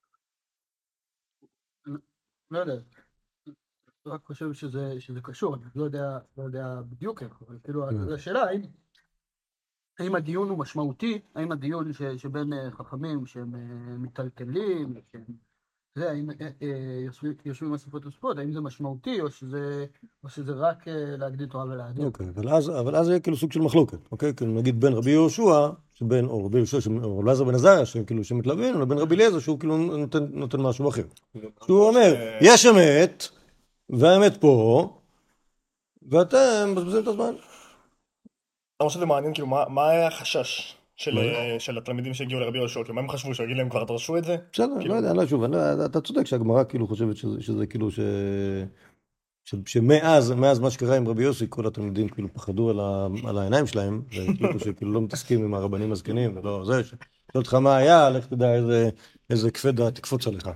לא יודע, רק חושב שזה, שזה קשור, אני לא יודע, לא יודע בדיוק איך, אבל כאילו, השאלה האם, האם הדיון הוא משמעותי, האם הדיון ש, שבין חכמים שהם מטלטלים, שהם, זה, האם יושבים, יושבים אספות וספות, האם זה משמעותי, או שזה, או שזה רק להגדיל תורה ולהגדיל. אוקיי, אבל אז, אבל אז זה כאילו סוג של מחלוקת, אוקיי? כאילו נגיד בין רבי יהושע, שבין, או רבי יהושע, או אלעזר בן עזריה, שכאילו שמתלווים, לבין רבי אליעזר, שהוא כאילו נותן, נותן משהו אחר. שהוא אומר, יש אמת, והאמת פה, ואתם מבזבזים את הזמן. אני חושב שזה מעניין, כאילו, מה, מה היה החשש של, של התלמידים שהגיעו לרבי יהושע? כאילו, מה הם חשבו, שהוא יגיד להם כבר דרשו את זה? בסדר, לא יודע, לא שוב, אתה צודק שהגמרא כאילו חושבת שזה, שזה כאילו ש... ש... שמאז, מאז מה שקרה עם רבי יוסי, כל התלמידים כאילו פחדו על, ה... על העיניים שלהם, וכאילו שכאילו לא מתעסקים עם הרבנים הזקנים, ולא זה, שואל אותך מה היה, לך תדע איזה, איזה כבד תקפוץ עליך.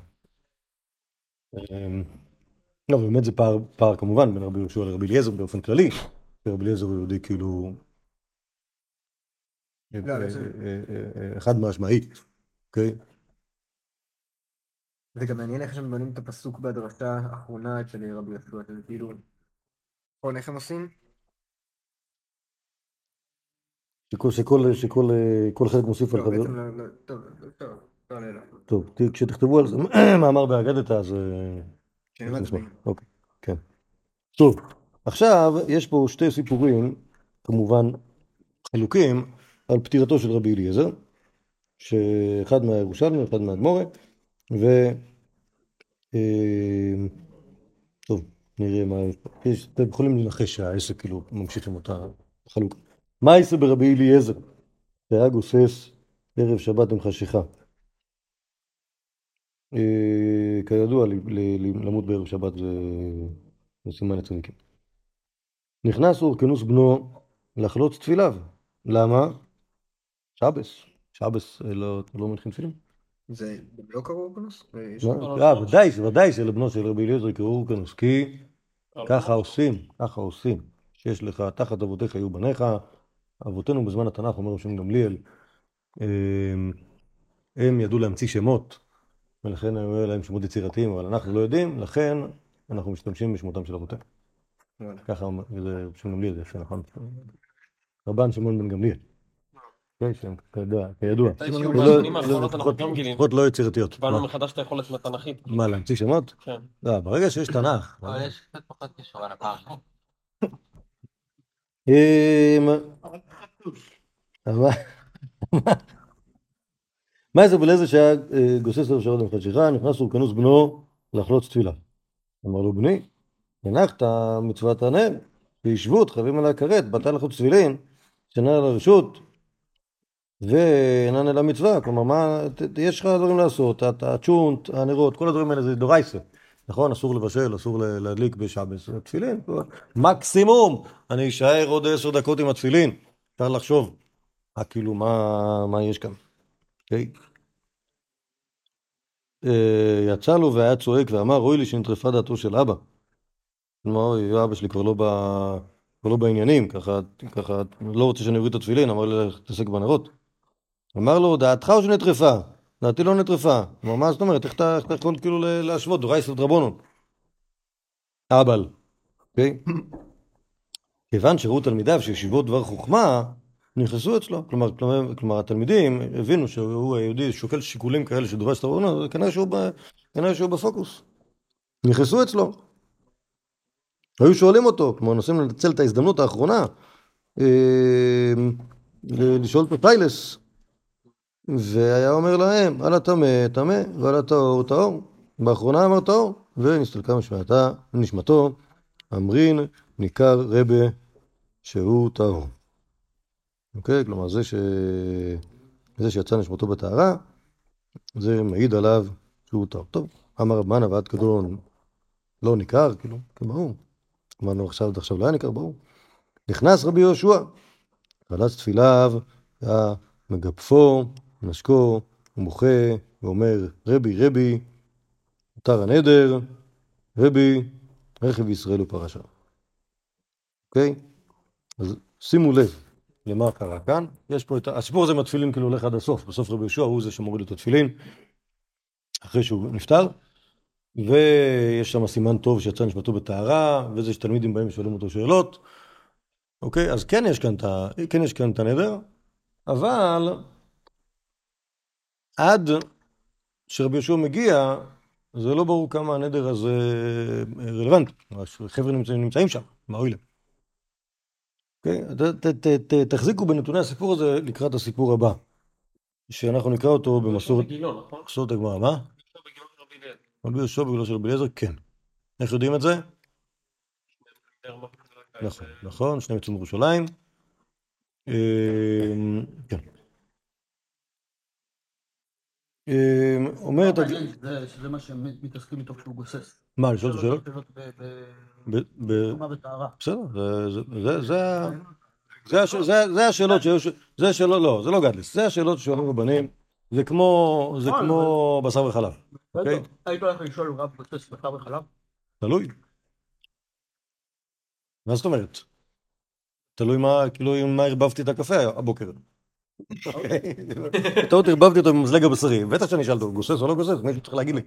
לא, באמת זה פער, פער כמובן בין רבי יהושע לרבי אליעזר באופן כללי, רבי אליעזר הוא יהודי כאילו אחד משמעי, אוקיי? זה גם מעניין איך שהם בונים את הפסוק בהדרשה האחרונה אצל רבי יהושע, זה כאילו, נכון, איך הם עושים? שכל, שכל, שכל, כל חלק מוסיף על לא, חבר. בעצם לא, לא, טוב, טוב, לא עולה לך. טוב, כשתכתבו על זה מאמר באגדת, אז... שנלמד את זה. אוקיי, כן. טוב, עכשיו יש פה שתי סיפורים, כמובן חלוקים, על פטירתו של רבי אליעזר, שאחד מהירושלמי, אחד מהאדמו"רי, ו... טוב, נראה מה... יש, אתם יכולים לנחש שהעסק כאילו ממשיך עם אותה חלוקה. מה יעשה ברבי אליעזר? שהיה גוסס ערב שבת עם חשיכה. כידוע, למות בערב שבת זה סימן לצדיקים. נכנס אורקנוס בנו לחלוץ תפיליו. למה? שבס. שבס לא מניחים תפילין. זה לא קראו אורקנוס? לא, ודאי, ודאי שלבנו של רבי אליעזר קראו אורקנוס, כי ככה עושים, ככה עושים. שיש לך תחת אבותיך היו בניך, אבותינו בזמן התנ"ך, אומר רבי גמליאל, הם ידעו להמציא שמות, ולכן היו להם שמות יצירתיים, אבל אנחנו לא יודעים, לכן אנחנו משתמשים בשמותם של אבותינו. ככה זה רבי גמליאל, זה יפה, נכון? רבן שמעון בן גמליאל. כידוע. לפחות לא יצירתיות. קיבלנו מחדש את היכולת של התנ"כית. מה, להמציא שמות? כן. לא, ברגע שיש תנ"ך. אבל יש קצת פחות קשור על הפעם. מה זה בלזה שהיה גוסס ערב שבת עם חשיכה, נכנס אורקנוס בנו לחלוץ תפילה. אמר לו, בני, הנחת מצוות הנר, וישבות, חייבים על הכרת, באת לחוץ תפילין, שנע על הרשות, ואינן אל המצווה. כלומר, מה, יש לך דברים לעשות, הצ'ונט, הנרות, כל הדברים האלה זה דורייסה. נכון? אסור לבשל, אסור להדליק בשבס. תפילין, מקסימום, אני אשאר עוד עשר דקות עם התפילין. אפשר לחשוב, אה, כאילו, מה, מה יש כאן? אוקיי? יצא לו והיה צועק ואמר, רואי לי שנטרפה דעתו של אבא. כלומר, אבא שלי כבר לא, ב... כבר לא בעניינים, ככה, ככה, לא רוצה שאני אוריד את התפילין, אמר לי, תעסק בנרות. אמר לו, דעתך או שנטרפה? דעתי לא נטרפה. אמר, מה זאת אומרת? איך אתה יכול כאילו להשוות? דורייסא דרבנן. אבל, אוקיי? כיוון שראו תלמידיו שישיבות דבר חוכמה, נכנסו אצלו. כלומר, כלומר, כלומר, התלמידים הבינו שהוא היהודי שוקל שיקולים כאלה שדורייסא דרבנן, כנראה שהוא, ב... כנראה שהוא בפוקוס. נכנסו אצלו. היו שואלים אותו, כמו נסים לנצל את ההזדמנות האחרונה, לשאול את פיילס, והיה אומר להם, על הטמא, טמא, ועל הטהור, טהור. באחרונה אמר טהור, ונסתלקה משמעתה, נשמתו, אמרין, ניכר רבה, שהוא טהור. אוקיי? כלומר, זה ש... זה שיצא נשמתו בטהרה, זה מעיד עליו שהוא טהור. טוב, אמר רב מנה ועד קדרון, לא ניכר, כאילו, כברור. אמרנו עכשיו, עכשיו לא היה ניכר, ברור. נכנס רבי יהושע, חלץ תפיליו, היה מגפו, נשקו, ומוחה, ואומר, רבי, רבי, מותר הנדר, רבי, רכב ישראל ופרשה. אוקיי? אז שימו לב, למה קרה כאן. יש פה את הסיפור הזה עם התפילין כאילו הולך עד הסוף. בסוף רבי יהושע הוא זה שמוריד את התפילין אחרי שהוא נפטר, ויש שם סימן טוב שיצא נשמתו בטהרה, וזה שתלמידים באים ושואלים אותו שאלות. אוקיי, אז כן יש כאן את ה... כן יש כאן את הנדר, אבל עד שרבי יהושע מגיע, זה לא ברור כמה הנדר הזה רלוונטי. חבר'ה נמצאים, נמצאים שם, מה הועיל? אוקיי, ת, ת, ת, תחזיקו בנתוני הסיפור הזה לקראת הסיפור הבא, שאנחנו נקרא אותו במסורת... מסורת הגמרא, מה? רבי יהושע בגילו של רבי אליעזר, כן. איך יודעים את זה? נכון, נכון, שני יצאו מירושלים. כן. אומרת... שזה מה שהם מתעסקים איתו כשהוא גוסס. מה, לשאול את השאלות? בטומאה וטהרה. בסדר, זה השאלות שיש... זה השאלות, לא, זה לא גדלס. זה השאלות ששואלים רבנים, זה כמו... זה כמו בשר וחלב. היית הולך לשאול רב גוסס בשר וחלב? תלוי. מה זאת אומרת? תלוי מה, כאילו, מה הרבבתי את הקפה הבוקר. טעות, הרבבתי אותו במזלג הבשרי. בטח שאני אשאל אותו, גוסס או לא גוסס? מישהו צריך להגיד לי.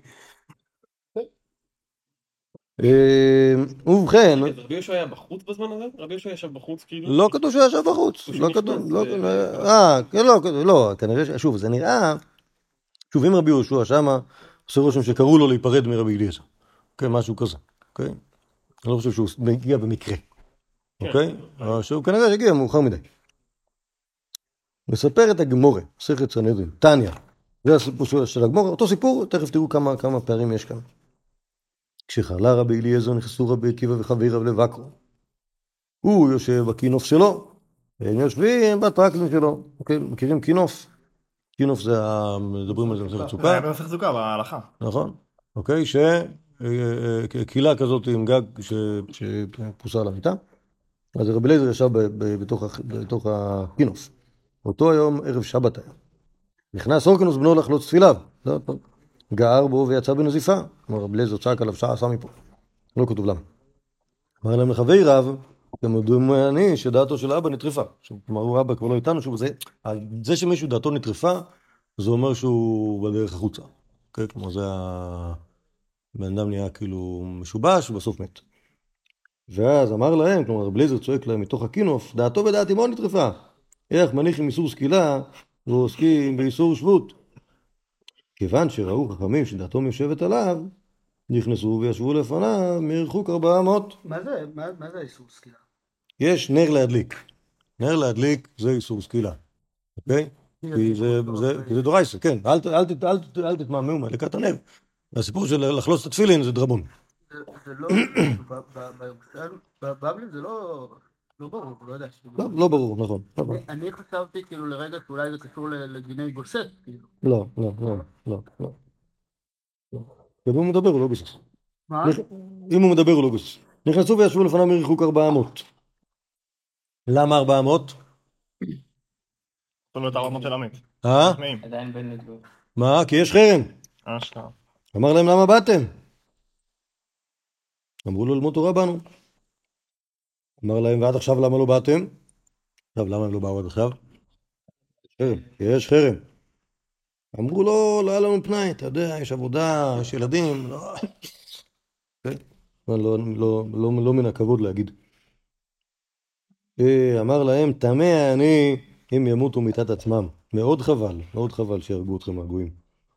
ובכן... רבי יהושע היה בחוץ בזמן הזה? רבי יהושע ישב בחוץ כאילו? לא כתוב שהוא ישב בחוץ. לא כתוב, אה, לא, כנראה, שוב, זה נראה... שוב, אם רבי יהושע שמה, עושה רושם שקראו לו להיפרד מרבי אליעזר. אוקיי, משהו כזה. אוקיי? אני לא חושב שהוא הגיע במקרה. אוקיי? שהוא כנראה שהגיע מאוחר מדי. מספר את הגמורה, מסכת סנהדרין, תניא. זה הסיפור של הגמורה, אותו סיפור, תכף תראו כמה, כמה פערים יש כאן. כשחלה רבי אליעזר נכנסו רבי עקיבא וחבריו לבקרו. הוא יושב בכינוף שלו, והם יושבים בטרקלין שלו. אוקיי, מכירים כינוף? כינוף זה, מדברים על זה במסכת סוכה. זה היה במסכת סוכה בהלכה. נכון. אוקיי, שקהילה כזאת עם גג שפרוסה על המיטה. אז רבי אליעזר ישב בתוך הכינוף. אותו היום ערב שבת היה. נכנס הורקנוס בנו לחלוץ תפיליו. גער בו ויצא בנזיפה. אמר רבי אליעזר צעק עליו שעה עשה מפה. לא כתוב למה. אמר להם לחבריו, אתם יודעים אני שדעתו של האבא נטרפה. כלומר הוא אבא כבר לא איתנו, שוב, זה, זה שמישהו דעתו נטרפה, זה אומר שהוא בדרך החוצה. אוקיי? כלומר זה הבן אדם נהיה כאילו משובש ובסוף מת. ואז אמר להם, כלומר רבי אליעזר צועק להם מתוך הכינוף, דעתו ודעת אמו נטרפה. איך מניחים איסור סקילה ועוסקים באיסור שבות. כיוון שראו חכמים שדעתו מיושבת עליו, נכנסו וישבו לפניו מרחוק ארבעה אמות. מה זה? מה זה איסור סקילה? יש נר להדליק. נר להדליק זה איסור סקילה. אוקיי? כי זה דורייסה, כן. אל תתמהמהו מהדלקת הנר. הסיפור של לחלוץ את התפילין זה דרבון. זה לא... בבבלים זה לא... לא ברור, לא יודע. לא, לא ברור, נכון. אני חשבתי כאילו לרגע שאולי זה קשור לדיני גוסס, כאילו. לא, לא, לא, לא, לא. אם הוא מדבר הוא לא גוסס. מה? אם הוא מדבר הוא לא גוסס. נכנסו וישבו לפניו מרחוק ארבעה אמות. למה ארבעה אמות? זאת אומרת ארבעה אמות של המת. אה? עדיין בן נדבר. מה? כי יש חרם. אה, שטר. אמר להם למה באתם? אמרו לו ללמוד תורה באנו. אמר להם ועד עכשיו למה לא באתם? עכשיו למה הם לא באו עד עכשיו? חרם, יש חרם. אמרו לו לא היה לנו פנאי, אתה יודע, יש עבודה, יש ילדים, לא... לא, לא, לא, לא מן הכבוד להגיד. אמר להם, תמה אני אם ימותו מיתת עצמם. מאוד חבל, מאוד חבל שיהרגו אתכם מהגויים.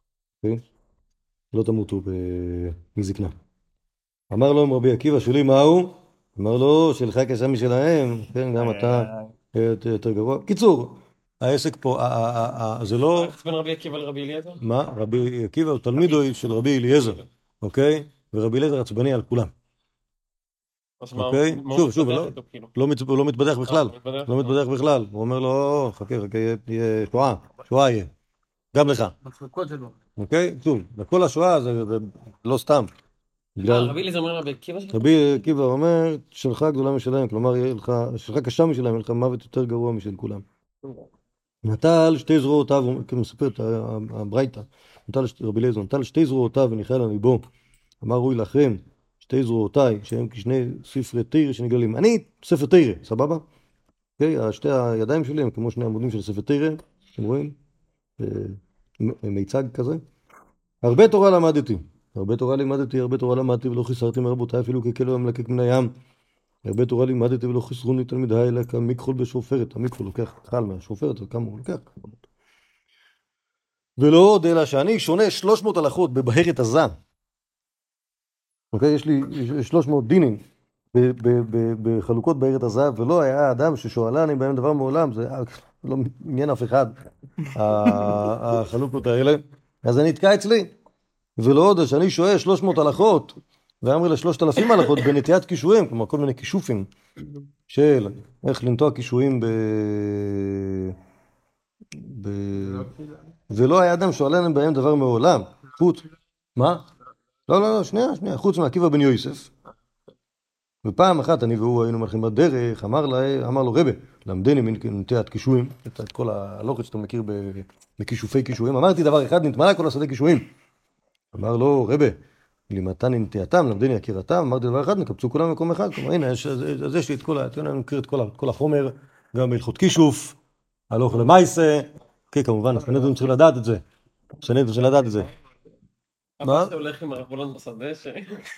לא תמותו מזקנה. אמר להם רבי עקיבא שלי מהו? אמר לו, שלך קשה משלהם, כן, גם אתה יותר גרוע. קיצור, העסק פה, זה לא... איך בין רבי עקיבא לרבי אליעזר? מה? רבי עקיבא הוא תלמידו של רבי אליעזר, אוקיי? ורבי אליעזר עצבני על כולם. אוקיי? שוב, שוב, הוא לא מתבדח בכלל. לא מתבדח בכלל. הוא אומר לו, חכה, חכה, יהיה שואה. שואה יהיה. גם לך. מצחיקות שלו. אוקיי? שוב, לכל השואה זה לא סתם. רבי אליעזר אומר רבי עקיבא? רבי עקיבא אומר, שלך גדולה משלהם, כלומר, שלך קשה משלהם, יהיה לך מוות יותר גרוע משל כולם. נטל שתי זרועותיו, כמו מספרת הברייתא, רבי אליעזר, נטל שתי זרועותיו וניחל על ליבו, אמר רואי לכם, שתי זרועותיי, שהם כשני ספרי תירא שנגלים. אני ספר תירא, סבבה? אוקיי? שתי הידיים שלי הם כמו שני עמודים של ספר תורה, אתם רואים? אה, מ- מיצג כזה. הרבה תורה למדתי, הרבה תורה לימדתי, הרבה תורה למדתי ולא חיסרתי מרבותיי אפילו ככלב המלקק מן הים. הרבה תורה לימדתי ולא חיסרוני תלמידיי אלא כמכחול בשופרת. המכחול לוקח חל מהשופרת, וכמה הוא לוקח. ולא עוד אלא שאני שונה שלוש מאות הלכות בבהרת עזה. אוקיי? יש לי שלוש מאות דינים ב- ב- ב- בחלוקות בהרת עזה, ולא היה אדם ששואלני בהם דבר מעולם, זה לא עניין אף אחד, ה- החלוקות האלה. אז זה נתקע אצלי. ולא עוד שאני שואל שלוש מאות הלכות, ואמרי לשלושת אלפים הלכות בנטיית קישואים, כלומר כל מיני קישופים של איך לנטוע קישואים ב... ב... ולא היה אדם שואלני בהם דבר מעולם. חוץ, מה? לא, לא, לא, שנייה, שנייה, חוץ מעקיבא בן יוסף. ופעם אחת אני והוא היינו מלכים בדרך, אמר, לה, אמר לו רבי, למדני מנטיית קישואים, את את כל הלוחת שאתה מכיר ב- בכישופי קישואים. אמרתי דבר אחד, נתמלא כל השדה קישואים. אמר לו רבי, לימדתני נטייתם, למדני עקירתם, אמרתי דבר אחד, נקבצו כולם במקום אחד. כלומר, הנה, יש, אז יש לי את כל, ה- אני מכיר את כל, ה- את כל החומר, גם בהלכות קישוף, הלוך למייסה, כן, כמובן, הסנהדרין צריך לדעת את זה. הסנהדרין צריך לדעת את זה. מה? אבל שאתה הולך עם הרבולון בשדה ש...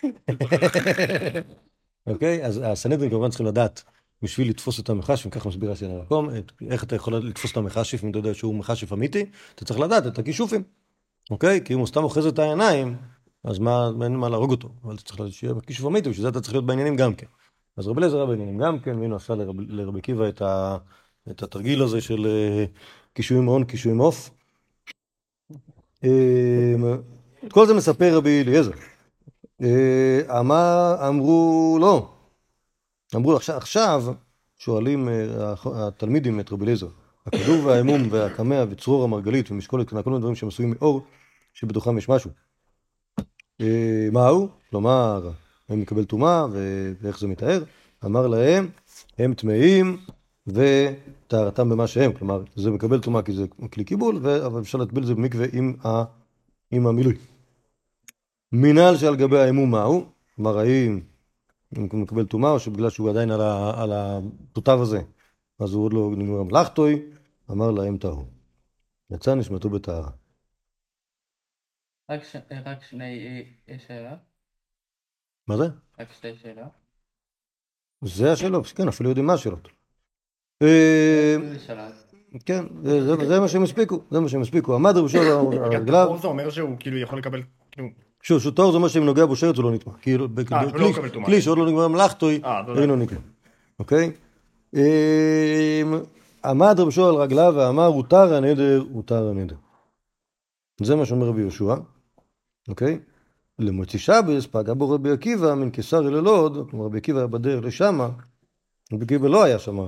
אוקיי? אז הסנהדרין כמובן צריכים לדעת, בשביל לתפוס את המחשב, כך מסביר עשייה למקום, איך אתה יכול לתפוס את המחשב, אם אתה יודע שהוא מחשב אמיתי, אתה צריך לדעת את הכישופים. אוקיי? כי אם הוא סתם אוחז את העיניים, אז מה, אין מה להרוג אותו. אבל אתה צריך שיהיה בכישוף אמיתי, בשביל זה אתה צריך להיות בעניינים גם כן. אז רבי אליעזר היה בעניינים גם כן, והנה עשה לרב, לרבי עקיבא את, ה, את התרגיל הזה של uh, קישואים הון, קישואים עוף. Um, את כל זה מספר רבי אליעזר. Uh, אמר, אמרו לא. אמרו עכשיו, עכשיו שואלים uh, התלמידים את רבי אליעזר, הכדור והאמום והקמע וצרור המרגלית ומשקולת, כל מיני דברים שהם עשויים מאור, שבתוכם יש משהו. אה, מהו? כלומר, הם מקבל טומאה, ואיך זה מתאר? אמר להם, הם טמאים וטהרתם במה שהם. כלומר, זה מקבל טומאה כי זה כלי קיבול, אבל אפשר להטביל את זה במקווה עם, ה... עם המילוי. מנהל שעל גבי האמום מהו? כלומר, האם הוא מקבל טומאה, או שבגלל שהוא עדיין על, ה... על התותב הזה, אז הוא עוד לא נגמר מלאכתוי, אמר להם טהור. יצא נשמתו בטהרה. רק, ש... רק שני שאלה? מה זה? רק שתי שאלה? זה השאלות, כן, אפילו יודעים מה השאלות. אה, איזה שאלה? כן, זה זה מה שהם הספיקו, זה מה שהם הספיקו. עמד רבי יהושע על רגליו, טהור זה אומר שהוא כאילו יכול לקבל, כאילו, שוב, שהוא טהור זה אומר שאם נוגע בו שרץ הוא לא נטמא. כאילו, אה, הוא לא מקבל טומאה. כלי שעוד לא נגמר מלאכתו, אה, תודה. אינו נטמא. אוקיי? אה, עמד רבי יהושע על רגליו ואמר, הותר הנדר, הותר הנדר. זה מה שאומר רבי יהושע, אוקיי? למוצא שבס פגע בו רבי עקיבא מן קיסר אל לוד, כלומר רבי עקיבא היה בדרך לשמה, רבי עקיבא לא היה שמה.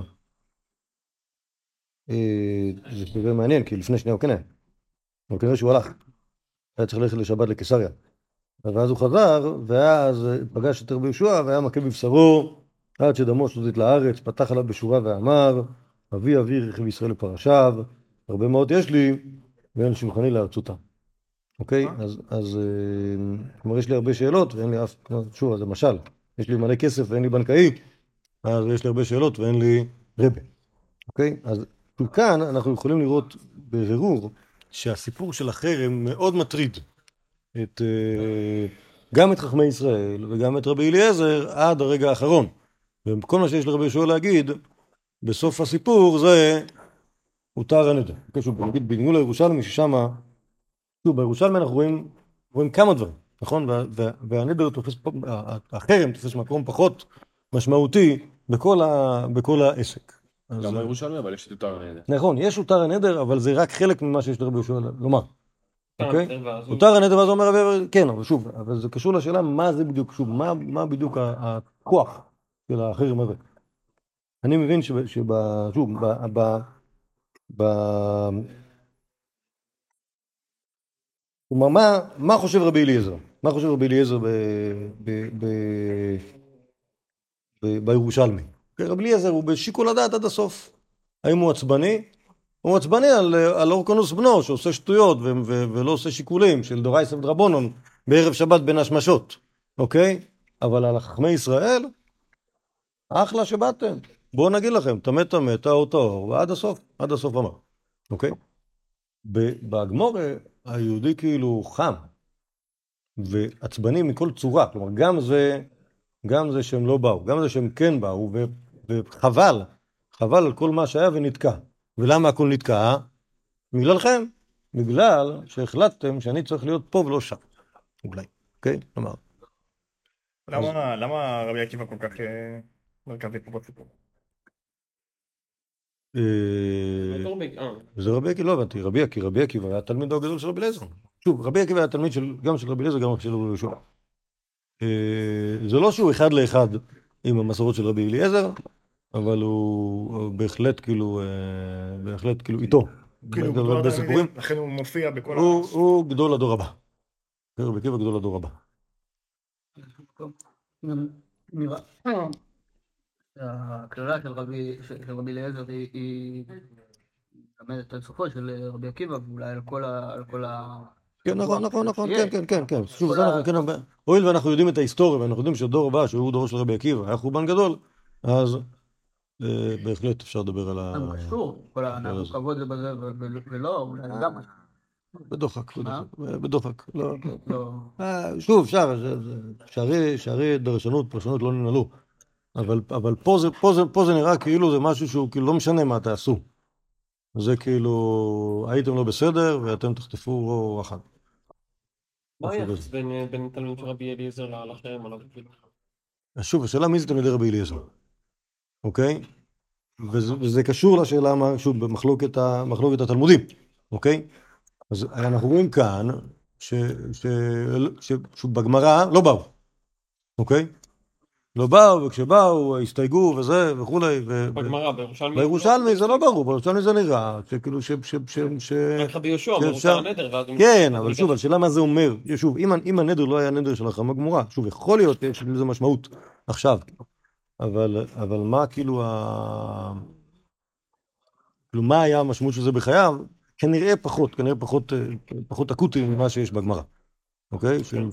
זה דבר מעניין, כי לפני שנייה הוא כן היה. אבל כנראה שהוא הלך. היה צריך ללכת לשבת לקיסריה. ואז הוא חזר, ואז פגש את רבי יהושע, והיה מכה בבשרו, עד שדמו שזית לארץ, פתח עליו בשורה ואמר, אבי אבי רכב ישראל לפרשיו, הרבה מאוד יש לי, ואין שמחני לארצותם. אוקיי? אז, אז, כלומר, יש לי הרבה שאלות, ואין לי אף, שוב, זה משל, יש לי מלא כסף ואין לי בנקאי, אז יש לי הרבה שאלות ואין לי רבי. אוקיי? אז כאן אנחנו יכולים לראות בבירור שהסיפור של החרם מאוד מטריד את, גם את חכמי ישראל וגם את רבי אליעזר עד הרגע האחרון. וכל מה שיש לרבי יהושע להגיד בסוף הסיפור זה הותר הנדר. שוב, נגיד בניגוד לירושלמי ששמה, שוב, בירושלמי אנחנו רואים, רואים כמה דברים, נכון? והנדר תופס, החרם תופס מקום פחות משמעותי בכל, ה, בכל העסק. גם בירושלמי, אבל יש את הותר הנדר. נכון, יש הותר הנדר, אבל זה רק חלק ממה שיש לרבי יהושע לומר. אוקיי? ואז הוא- הותר הנדר, ואז הוא אומר, רבי- כן, אבל שוב, אבל זה קשור לשאלה מה זה בדיוק, שוב, מה, מה בדיוק ה- הכוח של החרם הזה. אני מבין שב, שב, שוב, ב, ב, ב, כלומר, מה, מה חושב רבי אליעזר? מה חושב רבי אליעזר ב, ב, ב, ב, בירושלמי? רבי אליעזר הוא בשיקול הדעת עד הסוף. האם הוא עצבני? הוא עצבני על, על אורקונוס בנו, שעושה שטויות ו, ו, ולא עושה שיקולים של דורייסא ודרבנן בערב שבת בין השמשות, אוקיי? אבל על חכמי ישראל, אחלה שבאתם. בואו נגיד לכם, טמא טמא, טהור טהור, ועד הסוף, עד הסוף אמר, אוקיי? בגמורה היהודי כאילו חם ועצבני מכל צורה, כלומר גם זה, גם זה שהם לא באו, גם זה שהם כן באו, ו- וחבל, חבל על כל מה שהיה ונתקע. ולמה הכל נתקע? בגללכם, בגלל שהחלטתם שאני צריך להיות פה ולא שם, אולי, אוקיי? כלומר. למה למה רבי עקיבא כל כך אה, מרכזי פה בסיפור? אה, בתור ביג- אה. זה רבי עקיבא, לא הבנתי, רבי עקיבא, רבי עקיבא היה תלמידו הגדול של רבי אליעזר. שוב, רבי עקיבא היה תלמיד של, גם של רבי אליעזר, גם של רבי יהושע. אה, זה לא שהוא אחד לאחד עם המסורות של רבי אליעזר, אבל הוא הוא בהחלט כאילו, אה, בהחלט כאילו איתו. כאילו, בהרבה גדול סיפורים. התלמידים, לכן הוא מופיע בכל ה... הוא הוא גדול הדור הבא. רבי עקיבא גדול הדור הבא. גם נראה שהקללה של רבי של של רבי אליעזר היא- היא מלמדת על סופו של רבי עקיבא, ואולי על כל ה... על כל ה... כן, נכון, נכון, נכון, שיהיה. כן, כן, כן, כן. שוב, כל זה ה- אנחנו, כן, אבל- הואיל ואנחנו יודעים את ההיסטוריה, ואנחנו יודעים שהדור הבא, שהוא דורו של רבי עקיבא, היה חורבן גדול, אז אה, בהחלט אפשר לדבר על ה... זה קשור, כל הענק כבוד זה בזה ו- ו- ולא, אולי זה גם משהו. בדוחק, מה? בדוחק, בדוחק, לא, לא. אה, שוב, אפשר, זה- זה- שערי, שערי דרשנות, פרשנות לא ננעלו, אבל, אבל פה, זה, פה, זה, פה זה נראה כאילו זה משהו שהוא כאילו לא משנה מה תעשו. זה כאילו, הייתם לא בסדר ואתם תחטפו אחת. מה היחס בין בין תלמיד של רבי אליעזר לחרם עליו? אז שוב, השאלה מי זה תלמידי רבי אליעזר, אוקיי? וזה, וזה קשור לשאלה, מה, שוב, במחלוקת ה- מחלוקת התלמודים, אוקיי? אז אנחנו רואים כאן ש, ש, ש, שבגמרא לא באו, אוקיי? לא באו, וכשבאו, הסתייגו וזה וכולי. ו- בגמרא, בירושלמי. בירושלמי זה לא ברור, בירושלמי זה נראה, שכאילו ש... ש, ש, ש... רק רבי יהושע, שאפשר- מרוסר הנדר, ואז... הוא- כן, אבל שוב, השאלה מה זה אומר. שוב, אם, אם הנדר לא היה נדר של החרמה גמורה, שוב, יכול להיות שיש לזה משמעות עכשיו, אבל, אבל מה כאילו ה... כאילו, מה היה המשמעות של זה בחייו? כנראה פחות, כנראה פחות, אה, פחות אקוטי ממה שיש בגמרא, אוקיי? ש...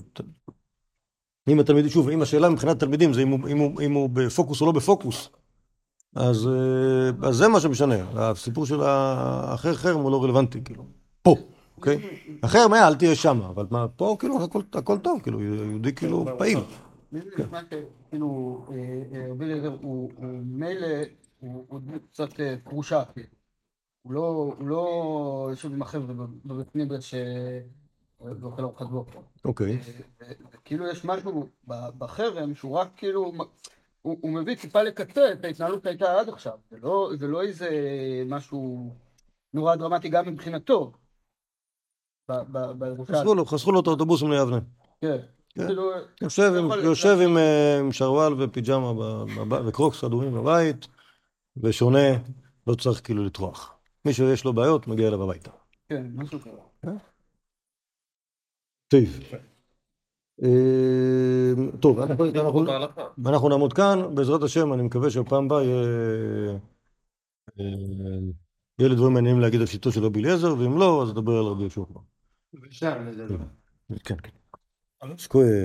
אם התלמיד, שוב, אם השאלה מבחינת תלמידים זה אם הוא, אם הוא, אם הוא בפוקוס או לא בפוקוס, אז, אה, אז זה מה שמשנה. הסיפור של האחר חרם הוא לא רלוונטי, כאילו. פה, אוקיי? החרם היה, אל תהיה שם, אבל מה, פה כאילו הכל, הכל טוב, כאילו, יהודי כאילו פעיל. לי זה נשמע שכאילו אה, אה, רבי אליעזר הוא הוא מילא, הוא הוא דמות קצת אה, פרושה, כאילו. הוא לא הוא לא יושב עם החבר'ה בבית מדרש ואוכל ארוחת בוקר. אוקיי. וכאילו יש משהו ב- בחרם שהוא רק כאילו, הוא הוא מביא טיפה לקצה את ההתנהלות שהייתה עד עכשיו. זה לא זה לא איזה משהו נורא דרמטי גם מבחינתו. ב- ב- בירושלים. חסכו לו, חסכו לו את האוטובוסים ליבנה. כן. כן. כאילו, יושב עם, יכול- יושב עם, אה, עם שרוואל ופיג'מה ב- בב- וקרוקס אדומים בבית, ושונה, לא צריך כאילו לטרוח. מי שיש לו בעיות, מגיע אליו הביתה. כן, משהו כזה. טוב. אה, טוב, אנחנו- אנחנו- בהלכה. אנחנו נעמוד כאן, בעזרת השם, אני מקווה שהפעם הבאה יהיה אה, יהיה לי דברים מעניינים להגיד על שיטו של רבי אליעזר, ואם לא, אז נדבר על רבי יהושע. אפשר לזה. כן, כן. סקוויר.